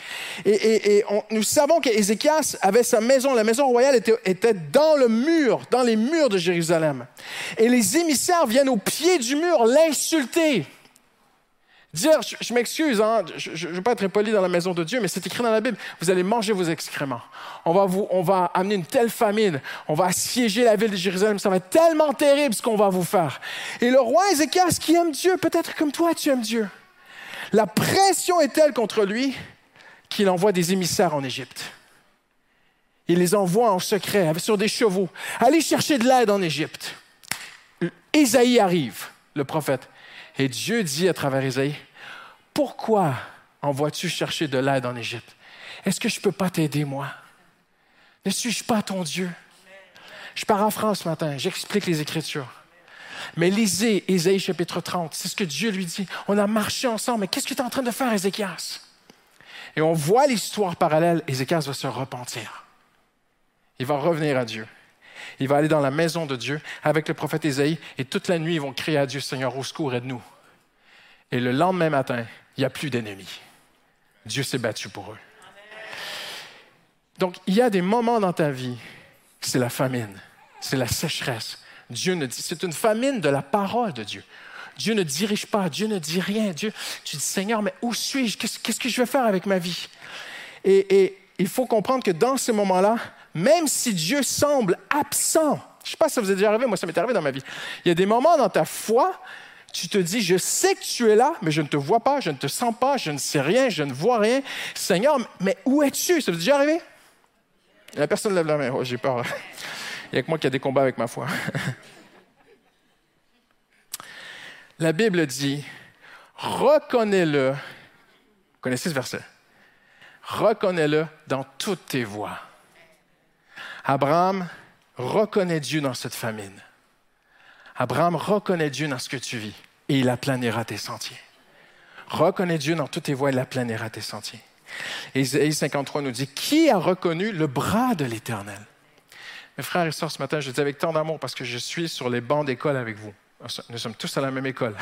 Nous savons qu'Ézéchias avait sa maison. La maison royale était dans le mur, dans les murs de Jérusalem. Et les émissaires viennent au pied du mur l'insulter. Dire, je m'excuse, hein, je ne veux pas être impoli dans la maison de Dieu, mais c'est écrit dans la Bible, vous allez manger vos excréments. On va amener une telle famine, on va assiéger la ville de Jérusalem, ça va être tellement terrible ce qu'on va vous faire. Et le roi Ézéchias, qui aime Dieu, peut-être comme toi, tu aimes Dieu. La pression est telle contre lui qu'il envoie des émissaires en Égypte. Il les envoie en secret, sur des chevaux. Allez chercher de l'aide en Égypte. Ésaïe arrive, le prophète. Et Dieu dit à travers Ésaïe, « Pourquoi envoies-tu chercher de l'aide en Égypte? Est-ce que je ne peux pas t'aider, moi? Ne suis-je pas ton Dieu? » Je paraphrase ce matin, j'explique les Écritures. Mais lisez Ésaïe chapitre 30, c'est ce que Dieu lui dit. On a marché ensemble, mais qu'est-ce que tu es en train de faire, Ézéchias? Et on voit l'histoire parallèle, Ézéchias va se repentir. Il va revenir à Dieu. Il va aller dans la maison de Dieu avec le prophète Ésaïe et toute la nuit, ils vont crier à Dieu, « Seigneur, au secours, aide-nous. » Et le lendemain matin, il n'y a plus d'ennemis. Dieu s'est battu pour eux. Donc, il y a des moments dans ta vie, c'est la famine, c'est la sécheresse. Dieu ne dit, c'est une famine de la parole de Dieu. Dieu ne dirige pas, Dieu ne dit rien. Tu dis, Seigneur, mais où suis-je? Qu'est-ce que je vais faire avec ma vie? Et il faut comprendre que dans ces moments-là, même si Dieu semble absent, je ne sais pas si ça vous est déjà arrivé, moi ça m'est arrivé dans ma vie, il y a des moments dans ta foi, tu te dis, je sais que tu es là, mais je ne te vois pas, je ne te sens pas, je ne sais rien, je ne vois rien. Seigneur, mais où es-tu? Ça vous est déjà arrivé? La personne lève la main. Oh, j'ai peur. Il n'y a que moi qui a des combats avec ma foi. La Bible dit, reconnais-le. Vous connaissez ce verset? Reconnais-le dans toutes tes voies. Abraham reconnaît Dieu dans cette famine. Abraham reconnaît Dieu dans ce que tu vis et il aplanira tes sentiers. Reconnais Dieu dans toutes tes voies, il aplanira tes sentiers. Ésaïe 53 nous dit, qui a reconnu le bras de l'Éternel? Mes frères et sœurs, ce matin, je le dis avec tant d'amour parce que je suis sur les bancs d'école avec vous. Nous sommes tous à la même école.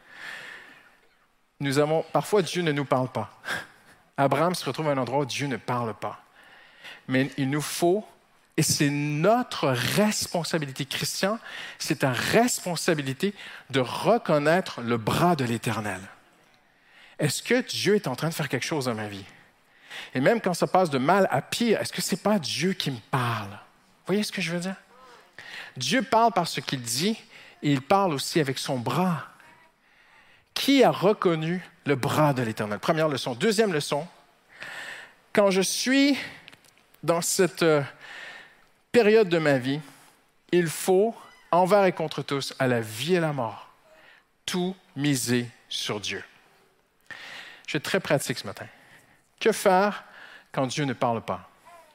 Parfois, Dieu ne nous parle pas. Abraham se retrouve à un endroit où Dieu ne parle pas. Mais il nous faut, et c'est notre responsabilité, Christian, c'est ta responsabilité de reconnaître le bras de l'Éternel. Est-ce que Dieu est en train de faire quelque chose dans ma vie? Et même quand ça passe de mal à pire, est-ce que ce n'est pas Dieu qui me parle? Vous voyez ce que je veux dire? Dieu parle par ce qu'il dit et il parle aussi avec son bras. Qui a reconnu le bras de l'Éternel? Première leçon. Deuxième leçon, quand je suis dans cette période de ma vie, il faut, envers et contre tous, à la vie et la mort, tout miser sur Dieu. Je suis très pratique ce matin. Que faire quand Dieu ne parle pas?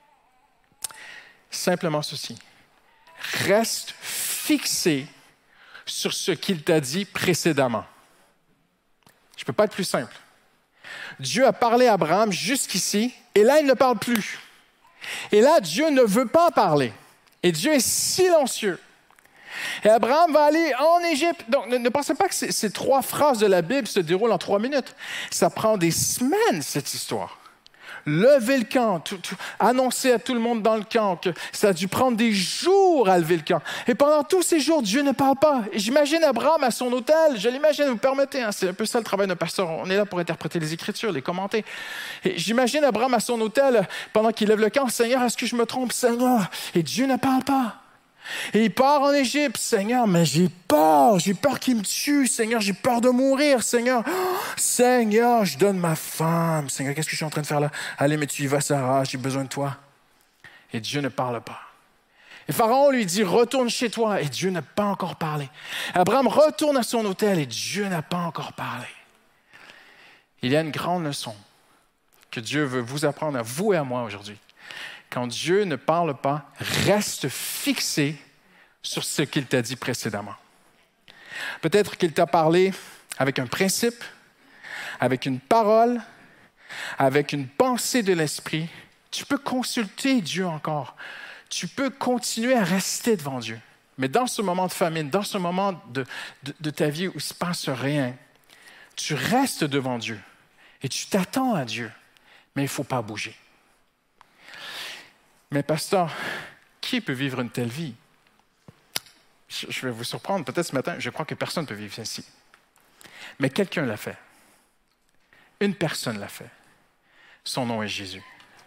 Simplement ceci. Reste fixé sur ce qu'il t'a dit précédemment. Je ne peux pas être plus simple. Dieu a parlé à Abraham jusqu'ici, et là, il ne parle plus. Et là, Dieu ne veut pas parler. Et Dieu est silencieux. Et Abraham va aller en Égypte. Donc, ne pensez pas que ces 3 phrases de la Bible se déroulent en 3 minutes. Ça prend des semaines, cette histoire. Lever le camp, annoncer à tout le monde dans le camp que ça a dû prendre des jours à lever le camp. Et pendant tous ces jours, Dieu ne parle pas. Et j'imagine Abraham à son hôtel, je l'imagine, vous permettez, hein, c'est un peu ça le travail d'un pasteur. On est là pour interpréter les Écritures, les commenter. Et j'imagine Abraham à son hôtel, pendant qu'il lève le camp, « Seigneur, est-ce que je me trompe, Seigneur? » Et Dieu ne parle pas. Et il part en Égypte. « Seigneur, mais j'ai peur qu'il me tue. Seigneur, j'ai peur de mourir. Seigneur, Seigneur, je donne ma femme. Seigneur, qu'est-ce que je suis en train de faire là? Allez, mais tu y vas, Sarah, j'ai besoin de toi. » Et Dieu ne parle pas. Et Pharaon lui dit, « Retourne chez toi. » Et Dieu n'a pas encore parlé. Abraham retourne à son hôtel et Dieu n'a pas encore parlé. Il y a une grande leçon que Dieu veut vous apprendre à vous et à moi aujourd'hui. Quand Dieu ne parle pas, reste fixé sur ce qu'il t'a dit précédemment. Peut-être qu'il t'a parlé avec un principe, avec une parole, avec une pensée de l'esprit. Tu peux consulter Dieu encore. Tu peux continuer à rester devant Dieu. Mais dans ce moment de famine, dans ce moment de ta vie où il ne se passe rien, tu restes devant Dieu et tu t'attends à Dieu, mais il ne faut pas bouger. Mais pasteur, qui peut vivre une telle vie? Je vais vous surprendre, peut-être ce matin, je crois que personne ne peut vivre ainsi. Mais quelqu'un l'a fait. Une personne l'a fait. Son nom est Jésus.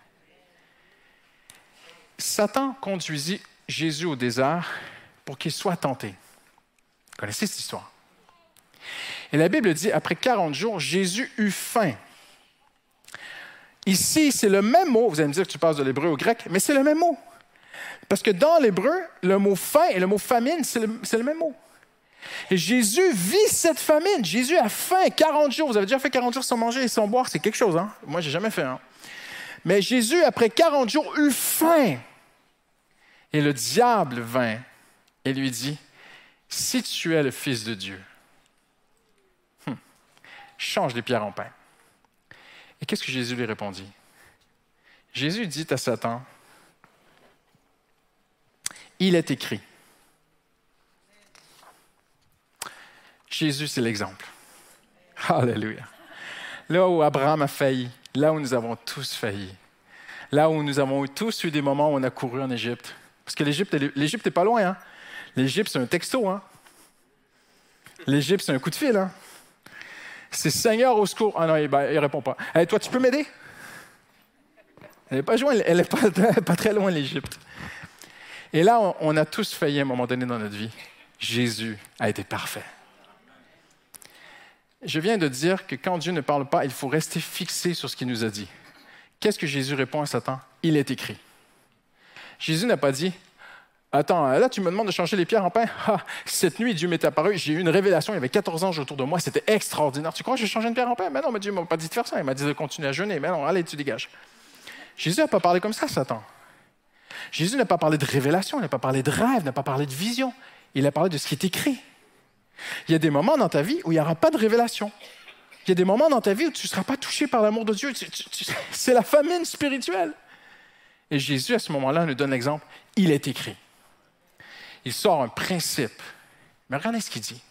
Satan conduisit Jésus au désert pour qu'il soit tenté. Vous connaissez cette histoire? Et la Bible dit, après 40 jours, Jésus eut faim. Ici, c'est le même mot. Vous allez me dire que tu passes de l'hébreu au grec, mais c'est le même mot. Parce que dans l'hébreu, le mot faim et le mot famine, c'est le même mot. Et Jésus vit cette famine. Jésus a faim 40 jours. Vous avez déjà fait 40 jours sans manger et sans boire? C'est quelque chose, hein? Moi, je n'ai jamais fait. Hein? Mais Jésus, après 40 jours, eut faim. Et le diable vint et lui dit, « Si tu es le Fils de Dieu, change les pierres en pain. » Et qu'est-ce que Jésus lui répondit? Jésus dit à Satan, « Il est écrit. » Jésus, c'est l'exemple. Alléluia. Là où Abraham a failli, là où nous avons tous failli, là où nous avons tous eu des moments où on a couru en Égypte. Parce que l'Égypte n'est pas loin. Hein? L'Égypte, c'est un texto. Hein? L'Égypte, c'est un coup de fil. Hein? C'est Seigneur au secours. Ah non, il ne répond pas. Hey, toi, tu peux m'aider? Elle n'est pas loin, elle n'est pas très loin, l'Égypte. Et là, on a tous failli à un moment donné dans notre vie. Jésus a été parfait. Je viens de dire que quand Dieu ne parle pas, il faut rester fixé sur ce qu'il nous a dit. Qu'est-ce que Jésus répond à Satan? Il est écrit. Jésus n'a pas dit, Attends, là, tu me demandes de changer les pierres en pain? Ah, cette nuit, Dieu m'est apparu, j'ai eu une révélation, il y avait 14 anges autour de moi, c'était extraordinaire. Tu crois que j'ai changé une pierre en pain? Mais non, mais Dieu ne m'a pas dit de faire ça, il m'a dit de continuer à jeûner. Mais non, allez, tu dégages. Jésus n'a pas parlé comme ça, Satan. Jésus n'a pas parlé de révélation, il n'a pas parlé de rêve, il n'a pas parlé de vision. Il a parlé de ce qui est écrit. Il y a des moments dans ta vie où il n'y aura pas de révélation. Il y a des moments dans ta vie où tu ne seras pas touché par l'amour de Dieu. C'est la famine spirituelle. Et Jésus, à ce moment-là, nous donne l'exemple. Il est écrit. Il sort un principe. Mais regardez ce qu'il dit.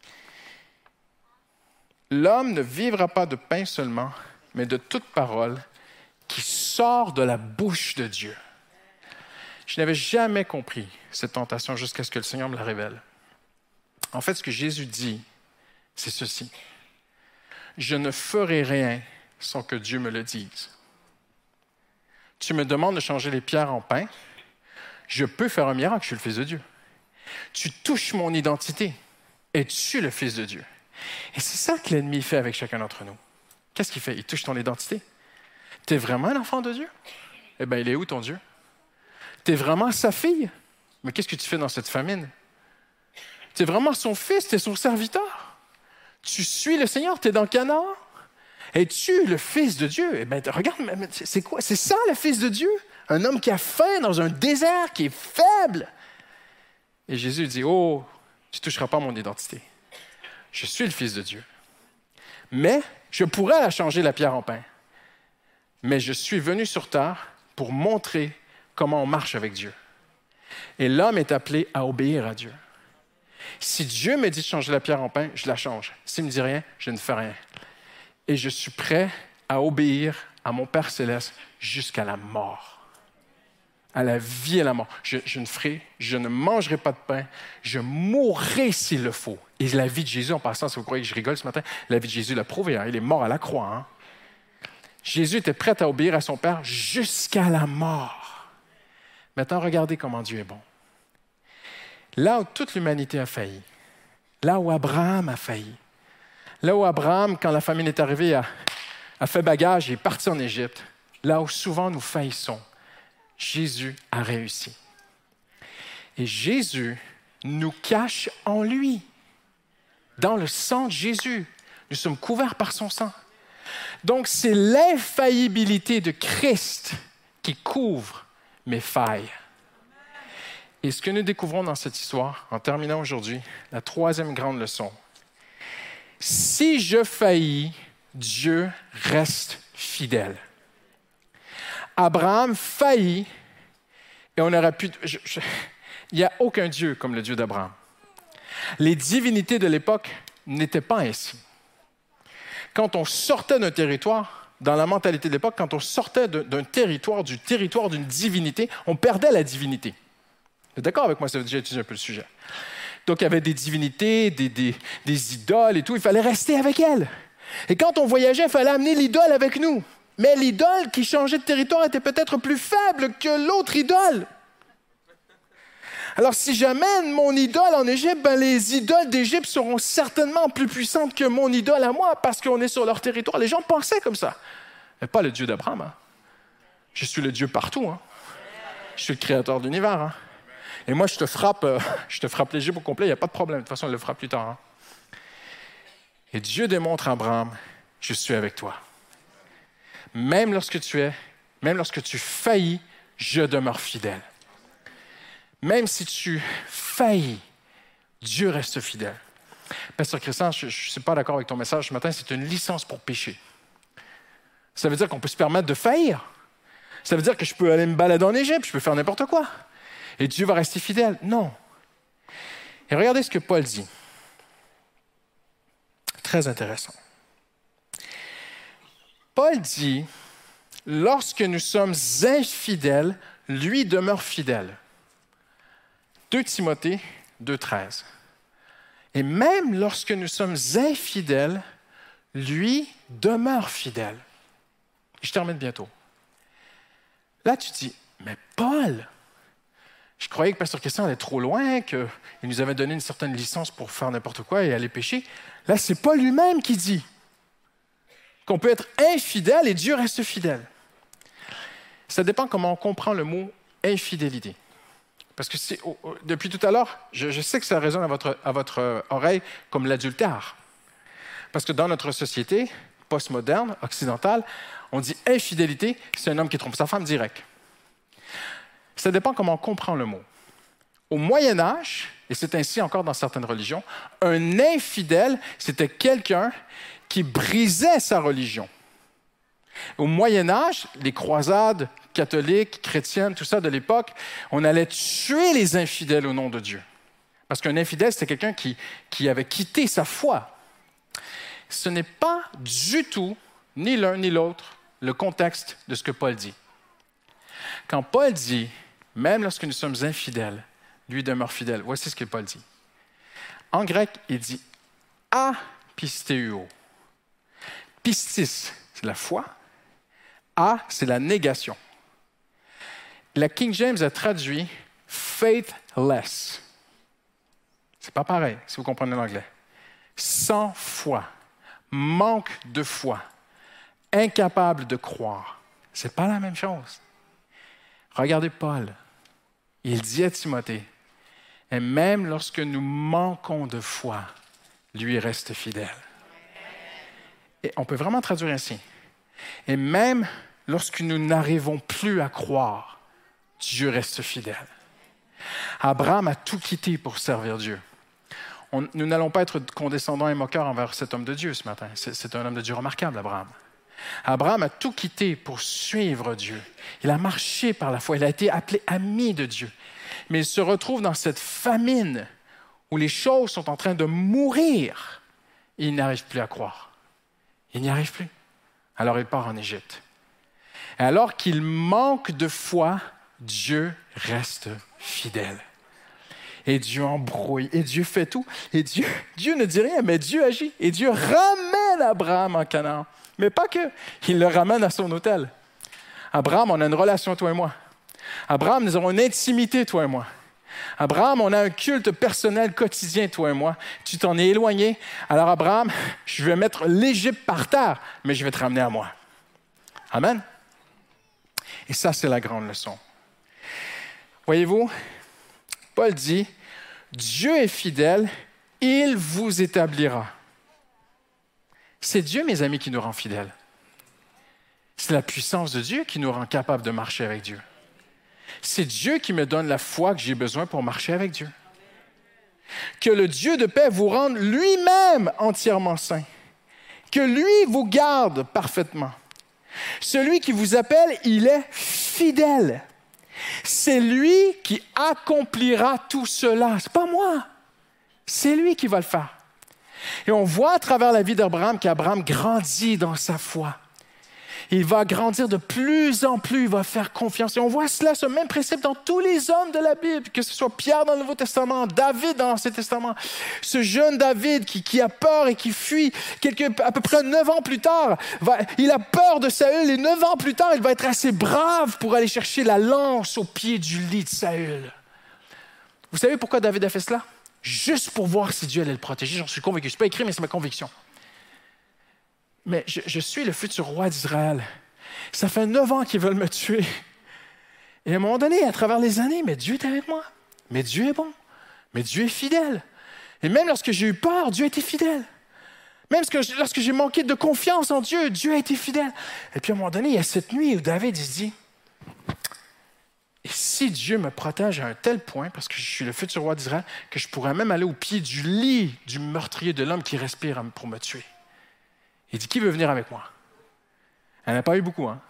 L'homme ne vivra pas de pain seulement, mais de toute parole qui sort de la bouche de Dieu. Je n'avais jamais compris cette tentation jusqu'à ce que le Seigneur me la révèle. En fait, ce que Jésus dit, c'est ceci. Je ne ferai rien sans que Dieu me le dise. Tu me demandes de changer les pierres en pain. Je peux faire un miracle, je suis le Fils de Dieu. Tu touches mon identité. Es-tu le Fils de Dieu? Et c'est ça que l'ennemi fait avec chacun d'entre nous. Qu'est-ce qu'il fait? Il touche ton identité. Tu es vraiment un enfant de Dieu? Eh bien, il est où ton Dieu? Tu es vraiment sa fille? Mais qu'est-ce que tu fais dans cette famine? Tu es vraiment son fils, tu es son serviteur. Tu suis le Seigneur, tu es dans Canaan. Es-tu le Fils de Dieu? Eh bien, regarde, c'est quoi? C'est ça, le Fils de Dieu? Un homme qui a faim dans un désert, qui est faible. Et Jésus dit, oh, tu ne toucheras pas mon identité. Je suis le Fils de Dieu. Mais je pourrais la changer, la pierre en pain. Mais je suis venu sur terre pour montrer comment on marche avec Dieu. Et l'homme est appelé à obéir à Dieu. Si Dieu me dit de changer la pierre en pain, je la change. S'il ne me dit rien, je ne fais rien. Et je suis prêt à obéir à mon Père céleste jusqu'à la mort. À la vie et à la mort. Je ne mangerai pas de pain. Je mourrai s'il le faut. Et la vie de Jésus, en passant, si vous croyez que je rigole ce matin, la vie de Jésus l'a prouvé. Hein? Il est mort à la croix. Hein? Jésus était prêt à obéir à son Père jusqu'à la mort. Maintenant, regardez comment Dieu est bon. Là où toute l'humanité a failli, là où Abraham a failli, là où Abraham, quand la famine est arrivée, a fait bagage et est parti en Égypte, là où souvent nous faillissons, Jésus a réussi. Et Jésus nous cache en lui. Dans le sang de Jésus, nous sommes couverts par son sang. Donc, c'est l'infaillibilité de Christ qui couvre mes failles. Et ce que nous découvrons dans cette histoire, en terminant aujourd'hui, la troisième grande leçon. Si je faillis, Dieu reste fidèle. Abraham faillit et on aurait pu... Il n'y a aucun Dieu comme le Dieu d'Abraham. Les divinités de l'époque n'étaient pas ainsi. Quand on sortait d'un territoire, dans la mentalité de l'époque, quand on sortait d'un territoire, du territoire d'une divinité, on perdait la divinité. Vous êtes d'accord avec moi? Ça veut déjà étudier un peu le sujet. Donc, il y avait des divinités, des idoles et tout. Il fallait rester avec elles. Et quand on voyageait, il fallait amener l'idole avec nous. Mais l'idole qui changeait de territoire était peut-être plus faible que l'autre idole. Alors, si j'amène mon idole en Égypte, ben, les idoles d'Égypte seront certainement plus puissantes que mon idole à moi parce qu'on est sur leur territoire. Les gens pensaient comme ça. Mais pas le Dieu d'Abraham. Hein. Je suis le Dieu partout. Hein. Je suis le créateur de l'univers. Hein. Et moi, je te frappe l'Égypte au complet, il n'y a pas de problème. De toute façon, il le fera plus tard. Hein. Et Dieu démontre à Abraham, je suis avec toi. Même lorsque tu faillis, je demeure fidèle. Même si tu faillis, Dieu reste fidèle. Pasteur Christian, je ne suis pas d'accord avec ton message ce matin, c'est une licence pour pécher. Ça veut dire qu'on peut se permettre de faillir. Ça veut dire que je peux aller me balader en Égypte, je peux faire n'importe quoi. Et Dieu va rester fidèle. Non. Et regardez ce que Paul dit. Très intéressant. Paul dit, lorsque nous sommes infidèles, lui demeure fidèle. 2 Timothée 2,13. Et même lorsque nous sommes infidèles, lui demeure fidèle. Je termine bientôt. Là, tu dis, mais Paul, je croyais que Pasteur Christian allait trop loin, qu'il nous avait donné une certaine licence pour faire n'importe quoi et aller pécher. Là, c'est Paul lui-même qui dit qu'on peut être infidèle et Dieu reste fidèle. Ça dépend comment on comprend le mot infidélité. Parce que depuis tout à l'heure, je sais que ça résonne à votre oreille comme l'adultère. Parce que dans notre société postmoderne, occidentale, on dit infidélité, c'est un homme qui trompe sa femme direct. Ça dépend comment on comprend le mot. Au Moyen Âge, et c'est ainsi encore dans certaines religions, un infidèle, c'était quelqu'un qui brisait sa religion. Au Moyen Âge, les croisades catholiques, chrétiennes, tout ça de l'époque, on allait tuer les infidèles au nom de Dieu. Parce qu'un infidèle, c'était quelqu'un qui avait quitté sa foi. Ce n'est pas du tout, ni l'un ni l'autre, le contexte de ce que Paul dit. Quand Paul dit, même lorsque nous sommes infidèles, lui demeure fidèle, voici ce que Paul dit. En grec, il dit « apisteuo ». Pistis, c'est la foi. A, c'est la négation. La King James a traduit « faithless ». C'est pas pareil, si vous comprenez l'anglais. Sans foi, manque de foi, incapable de croire. C'est pas la même chose. Regardez Paul. Il dit à Timothée, « Et même lorsque nous manquons de foi, lui reste fidèle. » Et on peut vraiment traduire ainsi. « Et même lorsque nous n'arrivons plus à croire, Dieu reste fidèle. » Abraham a tout quitté pour servir Dieu. Nous n'allons pas être condescendants et moqueurs envers cet homme de Dieu ce matin. C'est un homme de Dieu remarquable, Abraham. Abraham a tout quitté pour suivre Dieu. Il a marché par la foi. Il a été appelé ami de Dieu. Mais il se retrouve dans cette famine où les choses sont en train de mourir. Et il n'arrive plus à croire. Il n'y arrive plus. Alors il part en Égypte. Et alors qu'il manque de foi, Dieu reste fidèle. Et Dieu embrouille, et Dieu fait tout. Et Dieu ne dit rien, mais Dieu agit. Et Dieu ramène Abraham en Canaan. Mais pas que, il le ramène à son hôtel. Abraham, on a une relation, toi et moi. Abraham, nous avons une intimité, toi et moi. Abraham, on a un culte personnel quotidien, toi et moi. Tu t'en es éloigné. Alors Abraham, je vais mettre l'Égypte par terre, mais je vais te ramener à moi. Amen. Et ça, c'est la grande leçon. Voyez-vous, Paul dit, Dieu est fidèle, il vous établira. C'est Dieu, mes amis, qui nous rend fidèles. C'est la puissance de Dieu qui nous rend capables de marcher avec Dieu. C'est Dieu qui me donne la foi que j'ai besoin pour marcher avec Dieu. Que le Dieu de paix vous rende lui-même entièrement saint. Que lui vous garde parfaitement. Celui qui vous appelle, il est fidèle. C'est lui qui accomplira tout cela. C'est pas moi. C'est lui qui va le faire. Et on voit à travers la vie d'Abraham qu'Abraham grandit dans sa foi. Il va grandir de plus en plus, il va faire confiance. Et on voit cela, ce même principe dans tous les hommes de la Bible, que ce soit Pierre dans le Nouveau Testament, David dans l'Ancien Testament. Ce jeune David qui a peur et qui fuit, à peu près 9 ans plus tard, il a peur de Saül et 9 ans plus tard, il va être assez brave pour aller chercher la lance au pied du lit de Saül. Vous savez pourquoi David a fait cela? Juste pour voir si Dieu allait le protéger. J'en suis convaincu. Ce n'est pas écrit, mais c'est ma conviction. Mais je suis le futur roi d'Israël. Ça fait 9 ans qu'ils veulent me tuer. Et à un moment donné, à travers les années, mais Dieu est avec moi. Mais Dieu est bon. Mais Dieu est fidèle. Et même lorsque j'ai eu peur, Dieu a été fidèle. Même lorsque j'ai manqué de confiance en Dieu, Dieu a été fidèle. Et puis à un moment donné, il y a cette nuit où David il se dit, et si Dieu me protège à un tel point, parce que je suis le futur roi d'Israël, que je pourrais même aller au pied du lit du meurtrier de l'homme qui respire pour me tuer. Il dit, qui veut venir avec moi? Elle n'a pas eu beaucoup, hein?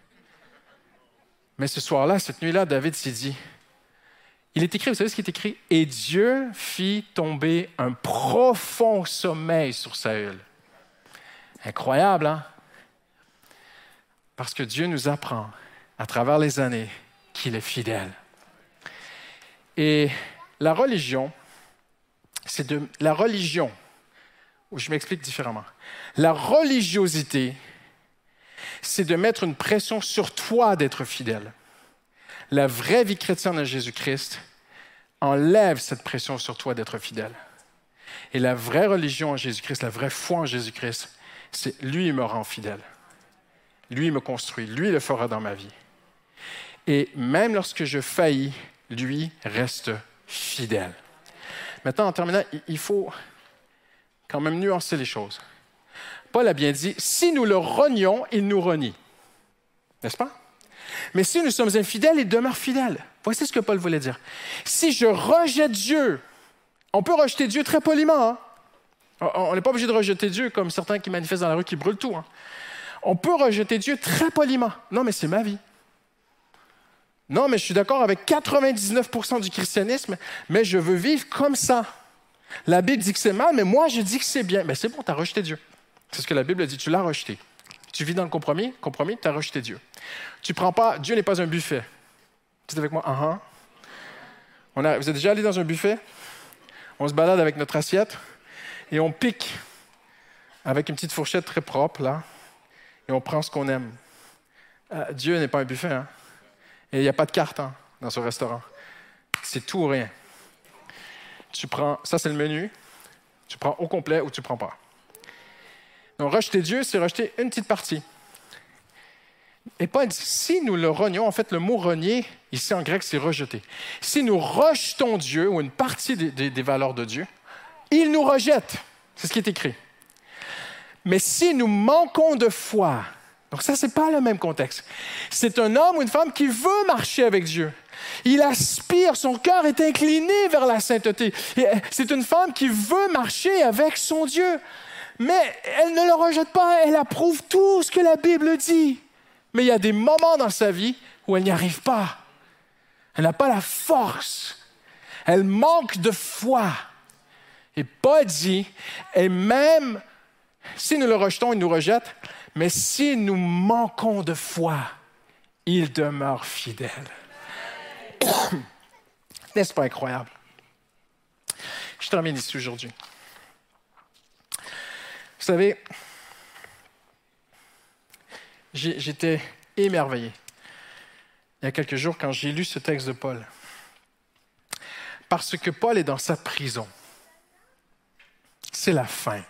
Mais ce soir-là, cette nuit-là, David s'est dit, il est écrit, vous savez ce qui est écrit? Et Dieu fit tomber un profond sommeil sur Saül. Incroyable, hein? Parce que Dieu nous apprend, à travers les années, qu'il est fidèle. Et la religion, je m'explique différemment. La religiosité, c'est de mettre une pression sur toi d'être fidèle. La vraie vie chrétienne en Jésus-Christ enlève cette pression sur toi d'être fidèle. Et la vraie religion en Jésus-Christ, la vraie foi en Jésus-Christ, c'est lui, il me rend fidèle. Lui, il me construit. Lui, il le fera dans ma vie. Et même lorsque je faillis, lui, reste fidèle. Maintenant, en terminant, il faut quand même nuancer les choses. Paul a bien dit, si nous le renions, il nous renie. N'est-ce pas? Mais si nous sommes infidèles, il demeure fidèle. Voici ce que Paul voulait dire. Si je rejette Dieu, on peut rejeter Dieu très poliment. Hein? On n'est pas obligé de rejeter Dieu comme certains qui manifestent dans la rue qui brûlent tout. Hein? On peut rejeter Dieu très poliment. Non, mais c'est ma vie. Non, mais je suis d'accord avec 99% du christianisme, mais je veux vivre comme ça. La Bible dit que c'est mal, mais moi, je dis que c'est bien. Mais c'est bon, tu as rejeté Dieu. C'est ce que la Bible dit, tu l'as rejeté. Tu vis dans le compromis, tu as rejeté Dieu. Tu prends pas, Dieu n'est pas un buffet. Dites avec moi, Vous êtes déjà allé dans un buffet? On se balade avec notre assiette et on pique avec une petite fourchette très propre, là, et on prend ce qu'on aime. Dieu n'est pas un buffet, hein? Et il n'y a pas de carte dans ce restaurant. C'est tout ou rien. Tu prends, ça c'est le menu, tu prends au complet ou tu ne prends pas. Donc, rejeter Dieu, c'est rejeter une petite partie. Et Paul dit, si nous le renions, en fait, le mot renier, ici en grec, c'est rejeter. Si nous rejetons Dieu ou une partie des valeurs de Dieu, il nous rejette. C'est ce qui est écrit. Mais si nous manquons de foi, donc ça, ce n'est pas le même contexte. C'est un homme ou une femme qui veut marcher avec Dieu. Il aspire, son cœur est incliné vers la sainteté. C'est une femme qui veut marcher avec son Dieu. Mais elle ne le rejette pas, elle approuve tout ce que la Bible dit. Mais il y a des moments dans sa vie où elle n'y arrive pas. Elle n'a pas la force. Elle manque de foi. Et Paul dit, et même si nous le rejetons, il nous rejette, mais si nous manquons de foi, il demeure fidèle. N'est-ce pas incroyable? Je termine ici aujourd'hui. Vous savez, j'étais émerveillé il y a quelques jours quand j'ai lu ce texte de Paul. Parce que Paul est dans sa prison. C'est la fin.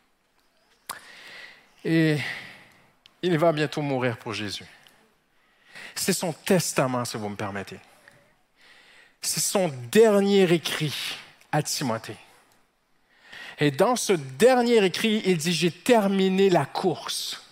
Et il va bientôt mourir pour Jésus. C'est son testament, si vous me permettez. C'est son dernier écrit à Timothée. Et dans ce dernier écrit, il dit, j'ai terminé la course.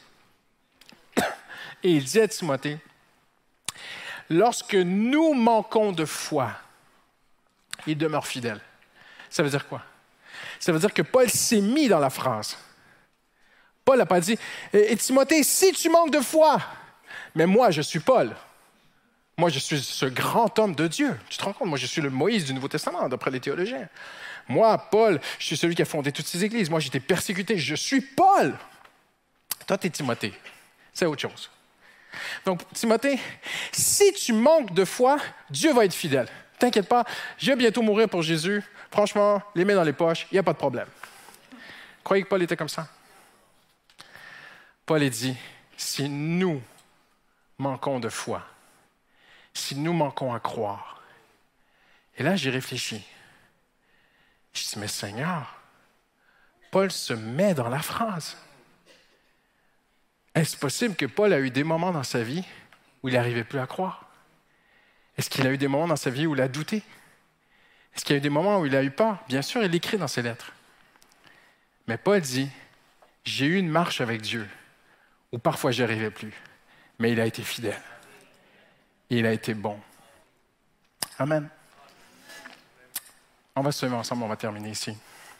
Et il dit à Timothée, lorsque nous manquons de foi, il demeure fidèle. Ça veut dire quoi? Ça veut dire que Paul s'est mis dans la phrase. Paul n'a pas dit, et Timothée, si tu manques de foi, mais moi, je suis Paul. Moi, je suis ce grand homme de Dieu. Tu te rends compte? Moi, je suis le Moïse du Nouveau Testament, d'après les théologiens. Moi, Paul, je suis celui qui a fondé toutes ces églises. Moi, j'ai été persécuté. Je suis Paul. Toi, tu es Timothée. C'est autre chose. Donc, Timothée, si tu manques de foi, Dieu va être fidèle. T'inquiète pas, je vais bientôt mourir pour Jésus. Franchement, les mains dans les poches, il n'y a pas de problème. Croyez que Paul était comme ça? Paul a dit, si nous manquons de foi, si nous manquons à croire. Et là, j'ai réfléchi. Je dis, mais Seigneur, Paul se met dans la phrase. Est-ce possible que Paul a eu des moments dans sa vie où il n'arrivait plus à croire? Est-ce qu'il a eu des moments dans sa vie où il a douté? Est-ce qu'il y a eu des moments où il a eu peur? Bien sûr, il l'écrit dans ses lettres. Mais Paul dit, j'ai eu une marche avec Dieu où parfois je n'y arrivais plus, mais il a été fidèle. Et il a été bon. Amen. On va se lever ensemble, on va terminer ici.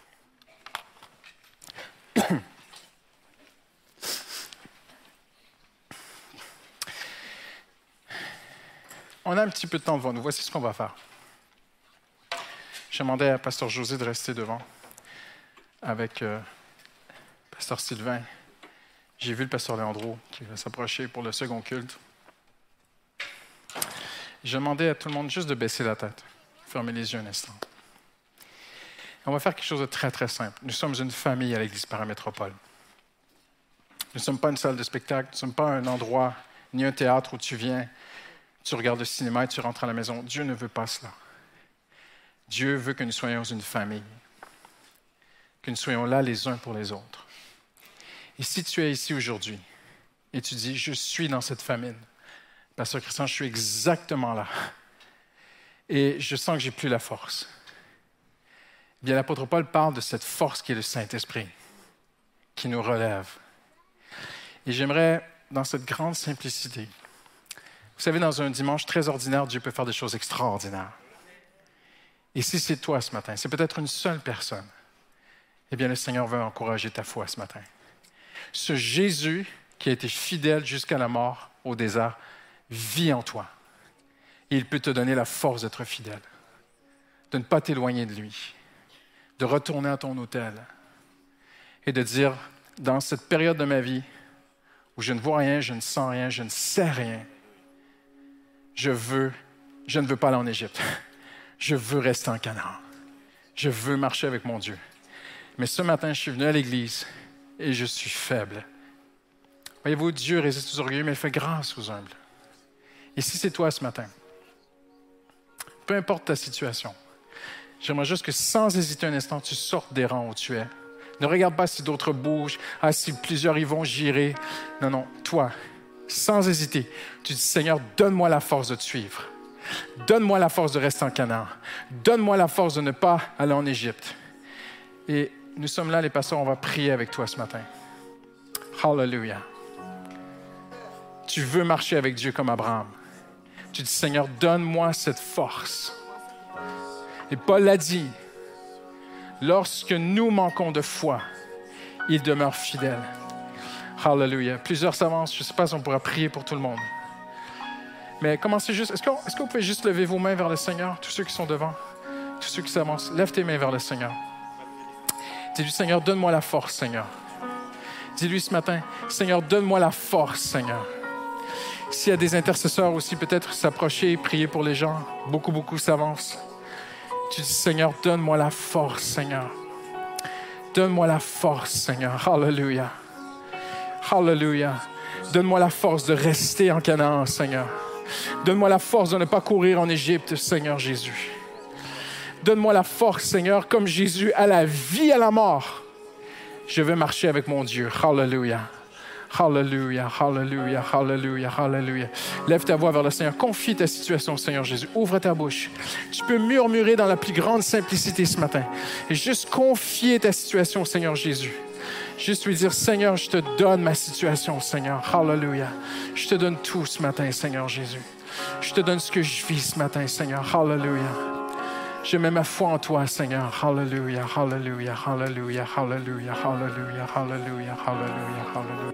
On a un petit peu de temps devant nous. Voici ce qu'on va faire. Je demandais à Pasteur José de rester devant avec Pasteur Sylvain. J'ai vu le Pasteur Leandro qui va s'approcher pour le second culte. Je demandais à tout le monde juste de baisser la tête, fermer les yeux un instant. On va faire quelque chose de très, très simple. Nous sommes une famille à l'Église Paramétropole. Nous ne sommes pas une salle de spectacle, nous ne sommes pas un endroit, ni un théâtre où tu viens, tu regardes le cinéma et tu rentres à la maison. Dieu ne veut pas cela. Dieu veut que nous soyons une famille, que nous soyons là les uns pour les autres. Et si tu es ici aujourd'hui et tu dis, je suis dans cette famine, Pasteur Christian, je suis exactement là. et je sens que j'ai plus la force. Bien, l'apôtre Paul parle de cette force qui est le Saint-Esprit, qui nous relève. Et j'aimerais, dans cette grande simplicité, vous savez, dans un dimanche très ordinaire, Dieu peut faire des choses extraordinaires. Et si c'est toi ce matin, c'est peut-être une seule personne, eh bien, le Seigneur veut encourager ta foi ce matin. Ce Jésus qui a été fidèle jusqu'à la mort au désert vit en toi. Et il peut te donner la force d'être fidèle, de ne pas t'éloigner de lui, de retourner à ton autel et de dire, dans cette période de ma vie où je ne vois rien, je ne sens rien, je ne sais rien, je ne veux pas aller en Égypte. Je veux rester en Canaan. Je veux marcher avec mon Dieu. Mais ce matin, je suis venu à l'Église et je suis faible. Voyez-vous, Dieu résiste aux orgueilleux, mais il fait grâce aux humbles. Et si c'est toi ce matin, peu importe ta situation, j'aimerais juste que sans hésiter un instant, tu sortes des rangs où tu es. Ne regarde pas si d'autres bougent, si plusieurs y vont, j'irai. Non, non, toi, sans hésiter, tu dis, Seigneur, donne-moi la force de te suivre. Donne-moi la force de rester en Canaan. Donne-moi la force de ne pas aller en Égypte. Et nous sommes là, les pasteurs, on va prier avec toi ce matin. Hallelujah. Tu veux marcher avec Dieu comme Abraham. Tu dis, Seigneur, donne-moi cette force. Et Paul l'a dit, lorsque nous manquons de foi, il demeure fidèle. Hallelujah. Plusieurs s'avancent. Je ne sais pas si on pourra prier pour tout le monde. Mais commencez juste. Est-ce que vous pouvez juste lever vos mains vers le Seigneur, tous ceux qui sont devant, tous ceux qui s'avancent? Lève tes mains vers le Seigneur. Dis-lui, Seigneur, donne-moi la force, Seigneur. Dis-lui ce matin, Seigneur, donne-moi la force, Seigneur. S'il y a des intercesseurs aussi, peut-être s'approcher, prier pour les gens. Beaucoup s'avancent. Tu dis, Seigneur, donne-moi la force, Seigneur. Donne-moi la force, Seigneur. Hallelujah. Hallelujah. Donne-moi la force de rester en Canaan, Seigneur. Donne-moi la force de ne pas courir en Égypte, Seigneur Jésus. Donne-moi la force, Seigneur, comme Jésus, à la vie, à la mort. Je vais marcher avec mon Dieu. Hallelujah. Hallelujah, hallelujah, hallelujah, hallelujah. Lève ta voix vers le Seigneur. Confie ta situation au Seigneur Jésus. Ouvre ta bouche. Tu peux murmurer dans la plus grande simplicité ce matin. Et juste confier ta situation au Seigneur Jésus. Juste lui dire, Seigneur, je te donne ma situation, Seigneur. Hallelujah. Je te donne tout ce matin, Seigneur Jésus. Je te donne ce que je vis ce matin, Seigneur. Hallelujah. Je mets ma foi en toi, Seigneur. Hallelujah, hallelujah, hallelujah, hallelujah, hallelujah, hallelujah, hallelujah, hallelujah.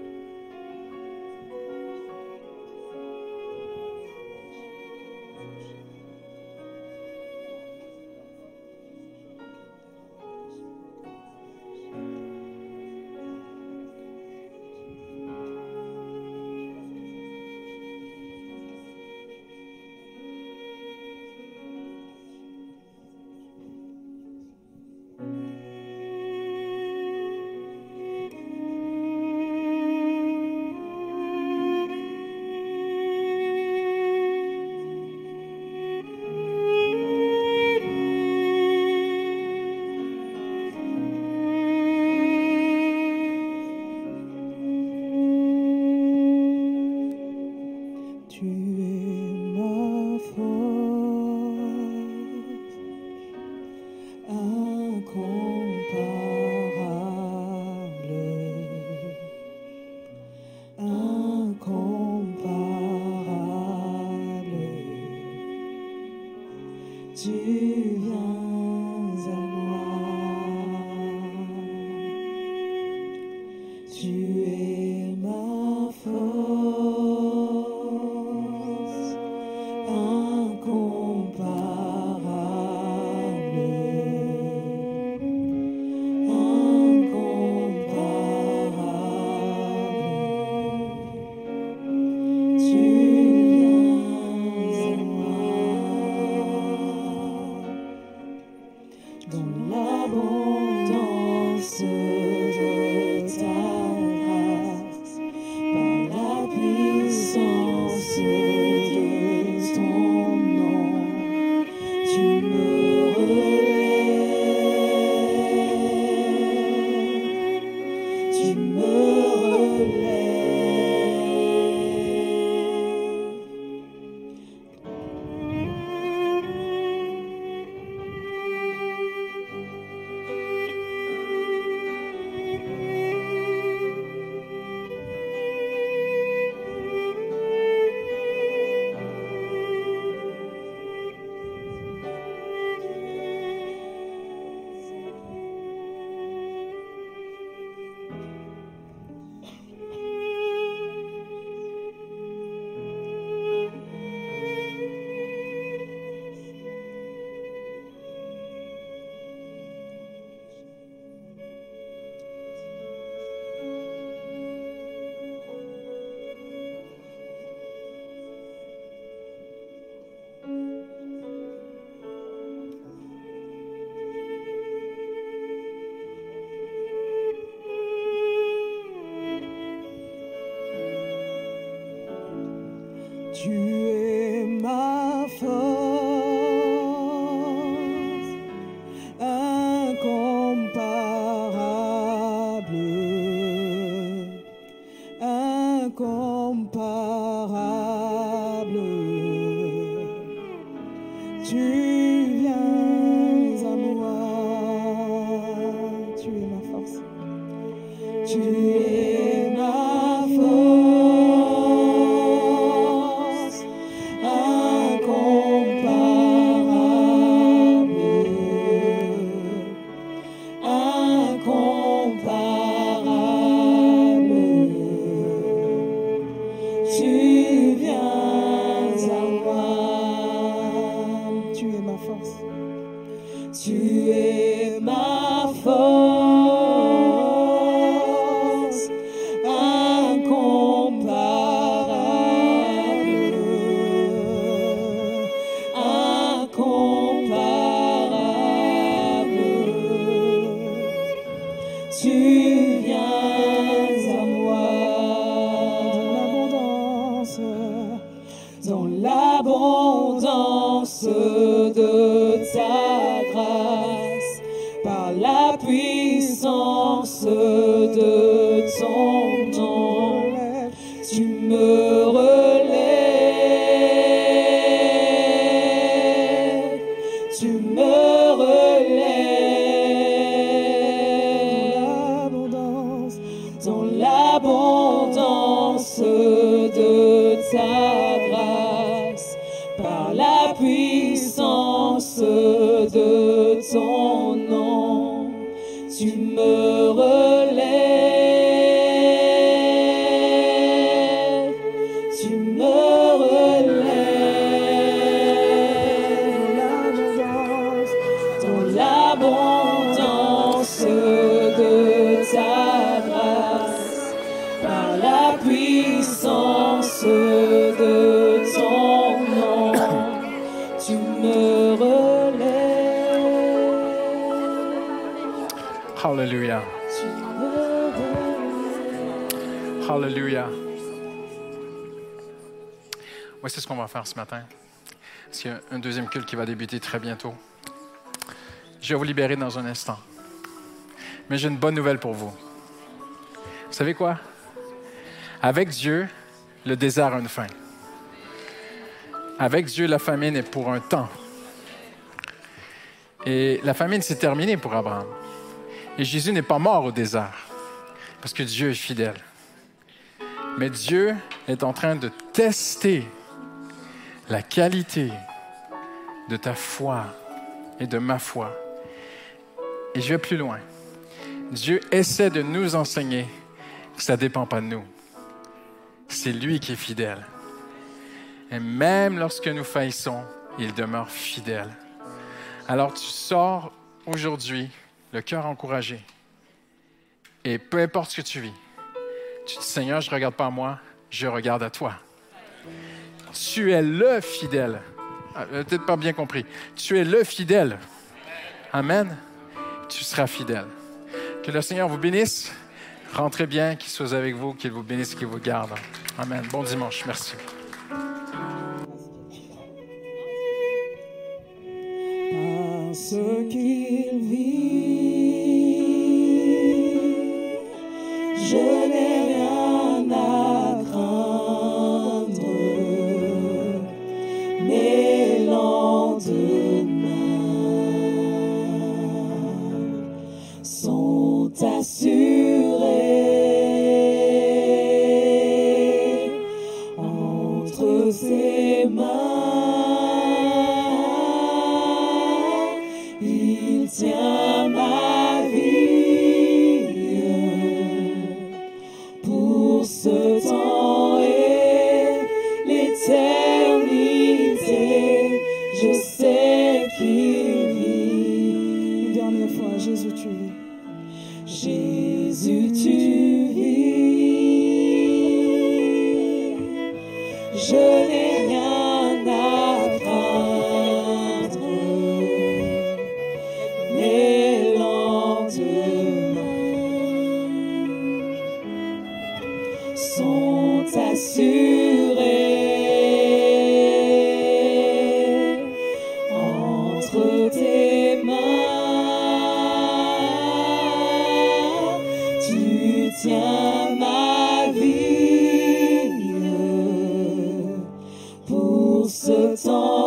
Tu es ma force, incomparable, incomparable. Tu viens à moi, tu es ma force, tu es ma force, incomparable, incomparable. Tu viens à moi, tu es ma force, tu es ma force, incomparable, incomparable. Tu viens à moi dans l'abondance de ta grâce, par la puissance de ton nom, tu me relèves, tu me relèves dans l'abondance de ta grâce, par la puissance de ton nom, tu me relèves, tu me relèves dans l'abondance de ta grâce, par la puissance de ton nom, tu me relèves. Hallelujah. Tu me relèves. Hallelujah. Voici ce qu'on va faire ce matin. Parce qu'il y a un deuxième culte qui va débuter très bientôt. Je vais vous libérer dans un instant. Mais j'ai une bonne nouvelle pour vous. Vous savez quoi? Avec Dieu, le désert a une fin. Avec Dieu, la famine est pour un temps. Et la famine s'est terminée pour Abraham. Et Jésus n'est pas mort au désert, parce que Dieu est fidèle. Mais Dieu est en train de tester la qualité de ta foi et de ma foi. Et je vais plus loin. Dieu essaie de nous enseigner que ça ne dépend pas de nous. C'est lui qui est fidèle. Et même lorsque nous faillissons, il demeure fidèle. Alors tu sors aujourd'hui le cœur encouragé. Et peu importe ce que tu vis, tu dis, Seigneur, je ne regarde pas à moi, je regarde à toi. Tu es le fidèle. Peut-être pas bien compris. Tu es le fidèle. Amen. Tu seras fidèle. Que le Seigneur vous bénisse. Rentrez bien, qu'il soit avec vous, qu'il vous bénisse, qu'il vous garde. Amen. Bon dimanche. Merci. Parce qu'il vit, je n'ai rien à craindre. Mes lendemains sont assurés entre ses mains. Il tient ma vie pour ce temps et l'éternité. Je sais qu'il vit. Une dernière fois, Jésus, tu vis. Jésus, tu vis. Je n'ai rien à craindre. Mes lendemains sont assurés ce temps.